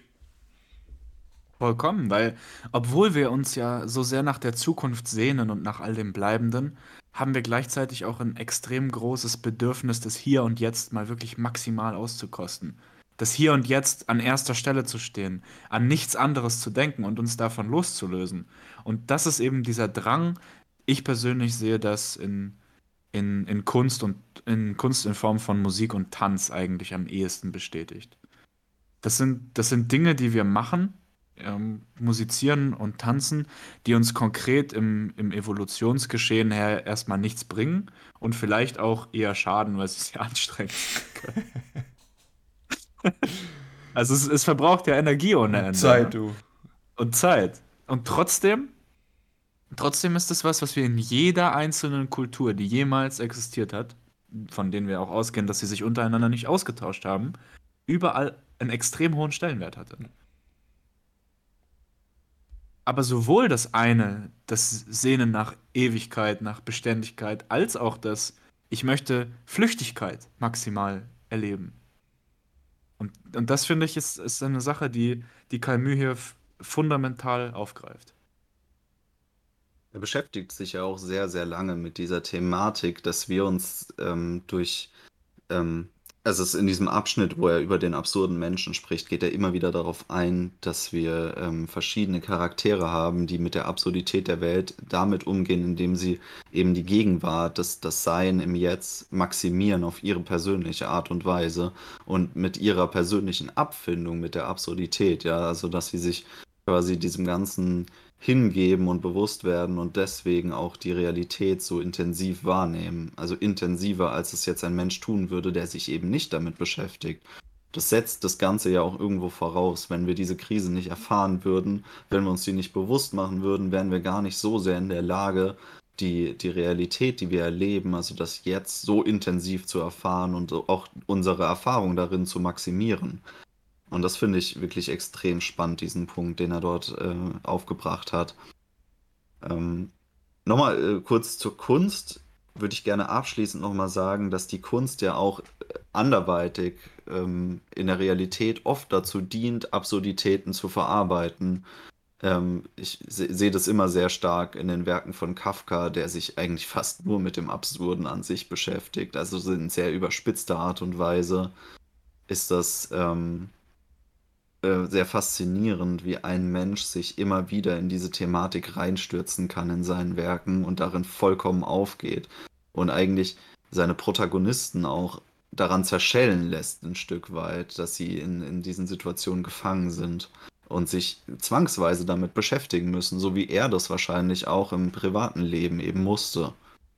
Vollkommen, weil obwohl wir uns ja so sehr nach der Zukunft sehnen und nach all dem Bleibenden, haben wir gleichzeitig auch ein extrem großes Bedürfnis, das Hier und Jetzt mal wirklich maximal auszukosten. Das Hier und Jetzt an erster Stelle zu stehen, an nichts anderes zu denken und uns davon loszulösen. Und das ist eben dieser Drang. Ich persönlich sehe das in Kunst und in Kunst in Form von Musik und Tanz eigentlich am ehesten bestätigt. Das sind Dinge, die wir machen, musizieren und tanzen, die uns konkret im Evolutionsgeschehen her erstmal nichts bringen und vielleicht auch eher schaden, weil sie sehr anstrengend sind. Also es verbraucht ja Energie ohne Und Ende, Zeit, ne? du. Und Zeit. Und trotzdem ist es was wir in jeder einzelnen Kultur, die jemals existiert hat, von denen wir auch ausgehen, dass sie sich untereinander nicht ausgetauscht haben, überall einen extrem hohen Stellenwert hatte. Aber sowohl das eine, das Sehnen nach Ewigkeit, nach Beständigkeit, als auch das, ich möchte Flüchtigkeit maximal erleben. Und das finde ich ist eine Sache, die Camus hier fundamental aufgreift. Er beschäftigt sich ja auch sehr, sehr lange mit dieser Thematik, dass wir uns ähm, also es in diesem Abschnitt, wo er über den absurden Menschen spricht, geht er immer wieder darauf ein, dass wir verschiedene Charaktere haben, die mit der Absurdität der Welt damit umgehen, indem sie eben die Gegenwart, das Sein im Jetzt maximieren auf ihre persönliche Art und Weise und mit ihrer persönlichen Abfindung mit der Absurdität, ja, also dass sie sich quasi diesem Ganzen hingeben und bewusst werden und deswegen auch die Realität so intensiv wahrnehmen. Also intensiver, als es jetzt ein Mensch tun würde, der sich eben nicht damit beschäftigt. Das setzt das Ganze ja auch irgendwo voraus. Wenn wir diese Krise nicht erfahren würden, wenn wir uns die nicht bewusst machen würden, wären wir gar nicht so sehr in der Lage, die Realität, die wir erleben, also das Jetzt so intensiv zu erfahren und auch unsere Erfahrung darin zu maximieren. Und das finde ich wirklich extrem spannend, diesen Punkt, den er dort aufgebracht hat. Ähm, Nochmal kurz zur Kunst würde ich gerne abschließend nochmal sagen, dass die Kunst ja auch anderweitig in der Realität oft dazu dient, Absurditäten zu verarbeiten. Ich sehe das immer sehr stark in den Werken von Kafka, der sich eigentlich fast nur mit dem Absurden an sich beschäftigt. Also in sehr überspitzter Art und Weise ist das sehr faszinierend, wie ein Mensch sich immer wieder in diese Thematik reinstürzen kann in seinen Werken und darin vollkommen aufgeht und eigentlich seine Protagonisten auch daran zerschellen lässt, ein Stück weit, dass sie in diesen Situationen gefangen sind und sich zwangsweise damit beschäftigen müssen, so wie er das wahrscheinlich auch im privaten Leben eben musste.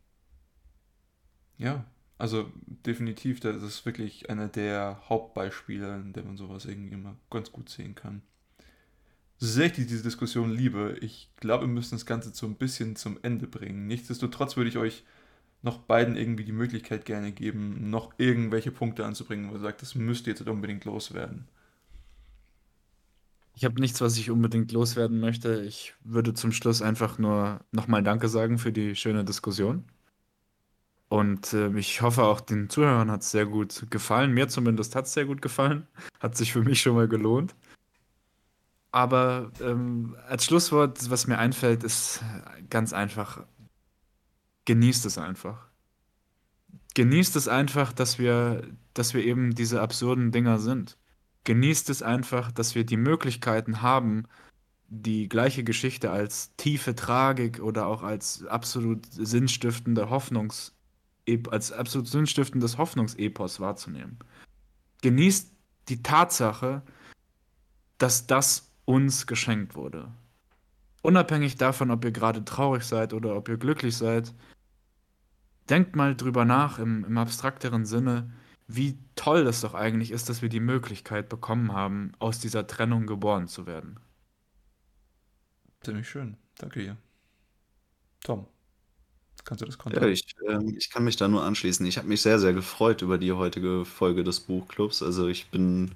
Ja, also definitiv, das ist wirklich einer der Hauptbeispiele, in dem man sowas irgendwie immer ganz gut sehen kann. So sehr ich diese Diskussion liebe, ich glaube, wir müssen das Ganze so ein bisschen zum Ende bringen. Nichtsdestotrotz würde ich euch noch beiden irgendwie die Möglichkeit gerne geben, noch irgendwelche Punkte anzubringen, wo er sagt, das müsst ihr jetzt unbedingt loswerden. Ich habe nichts, was ich unbedingt loswerden möchte. Ich würde zum Schluss einfach nur nochmal Danke sagen für die schöne Diskussion. Und ich hoffe, auch den Zuhörern hat es sehr gut gefallen. Mir zumindest hat es sehr gut gefallen. Hat sich für mich schon mal gelohnt. Aber als Schlusswort, was mir einfällt, ist ganz einfach, genießt es einfach. Genießt es einfach, dass wir eben diese absurden Dinger sind. Genießt es einfach, dass wir die Möglichkeiten haben, die gleiche Geschichte als tiefe Tragik oder auch als absolut sinnstiftendes Hoffnungsepos wahrzunehmen. Genießt die Tatsache, dass das uns geschenkt wurde. Unabhängig davon, ob ihr gerade traurig seid oder ob ihr glücklich seid, denkt mal drüber nach im abstrakteren Sinne, wie toll das doch eigentlich ist, dass wir die Möglichkeit bekommen haben, aus dieser Trennung geboren zu werden. Ziemlich schön. Danke dir. Tom, kannst du das Ja, kontern? ich kann mich da nur anschließen. Ich habe mich sehr, sehr gefreut über die heutige Folge des Buchclubs. Also ich bin,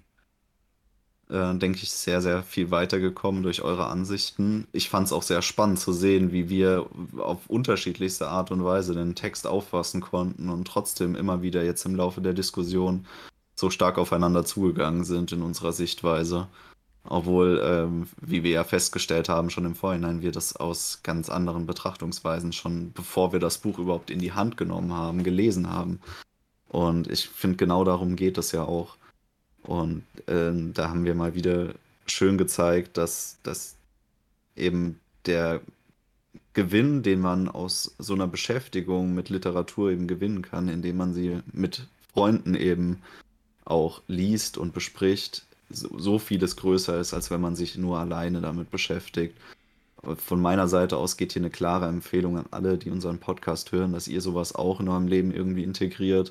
denke ich, sehr, sehr viel weitergekommen durch eure Ansichten. Ich fand es auch sehr spannend zu sehen, wie wir auf unterschiedlichste Art und Weise den Text auffassen konnten und trotzdem immer wieder jetzt im Laufe der Diskussion so stark aufeinander zugegangen sind in unserer Sichtweise. Obwohl, wie wir ja festgestellt haben, schon im Vorhinein, wir das aus ganz anderen Betrachtungsweisen schon, bevor wir das Buch überhaupt in die Hand genommen haben, gelesen haben. Und ich finde, genau darum geht es ja auch. Und da haben wir mal wieder schön gezeigt, dass eben der Gewinn, den man aus so einer Beschäftigung mit Literatur eben gewinnen kann, indem man sie mit Freunden eben auch liest und bespricht, so vieles größer ist, als wenn man sich nur alleine damit beschäftigt. Von meiner Seite aus geht hier eine klare Empfehlung an alle, die unseren Podcast hören, dass ihr sowas auch in eurem Leben irgendwie integriert.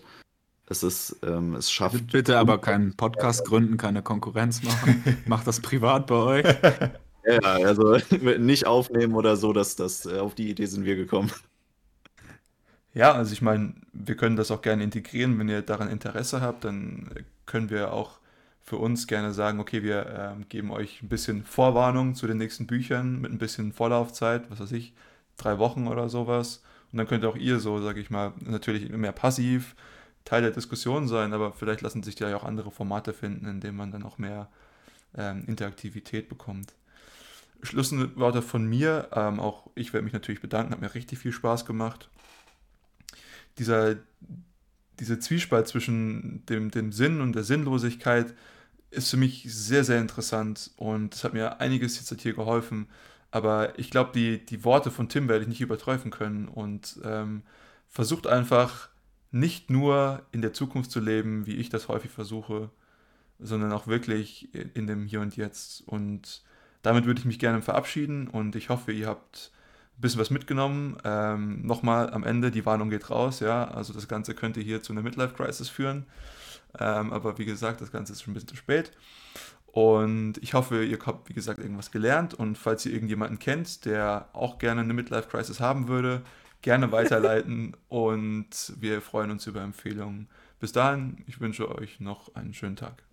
Es schafft. Bitte aber keinen Podcast gründen, keine Konkurrenz machen. Macht das privat bei euch. Ja, also nicht aufnehmen oder so, auf die Idee sind wir gekommen. Ja, also ich meine, wir können das auch gerne integrieren. Wenn ihr daran Interesse habt, dann können wir auch für uns gerne sagen, okay, wir geben euch ein bisschen Vorwarnung zu den nächsten Büchern mit ein bisschen Vorlaufzeit, was weiß ich, 3 Wochen oder sowas. Und dann könnt auch ihr so, sage ich mal, natürlich mehr passiv Teil der Diskussion sein, aber vielleicht lassen sich da ja auch andere Formate finden, in denen man dann auch mehr Interaktivität bekommt. Schlussworte von mir, auch ich werde mich natürlich bedanken, hat mir richtig viel Spaß gemacht. Dieser, dieser Zwiespalt zwischen dem Sinn und der Sinnlosigkeit ist für mich sehr, sehr interessant und es hat mir einiges jetzt hier geholfen. Aber ich glaube, die Worte von Tim werde ich nicht übertreffen können und versucht einfach nicht nur in der Zukunft zu leben, wie ich das häufig versuche, sondern auch wirklich in dem Hier und Jetzt. Und damit würde ich mich gerne verabschieden und ich hoffe, ihr habt ein bisschen was mitgenommen. Nochmal am Ende, die Warnung geht raus, ja, also das Ganze könnte hier zu einer Midlife-Crisis führen. Aber wie gesagt, das Ganze ist schon ein bisschen zu spät. Und ich hoffe, ihr habt, wie gesagt, irgendwas gelernt. Und falls ihr irgendjemanden kennt, der auch gerne eine Midlife-Crisis haben würde, gerne weiterleiten. Und wir freuen uns über Empfehlungen. Bis dahin, ich wünsche euch noch einen schönen Tag.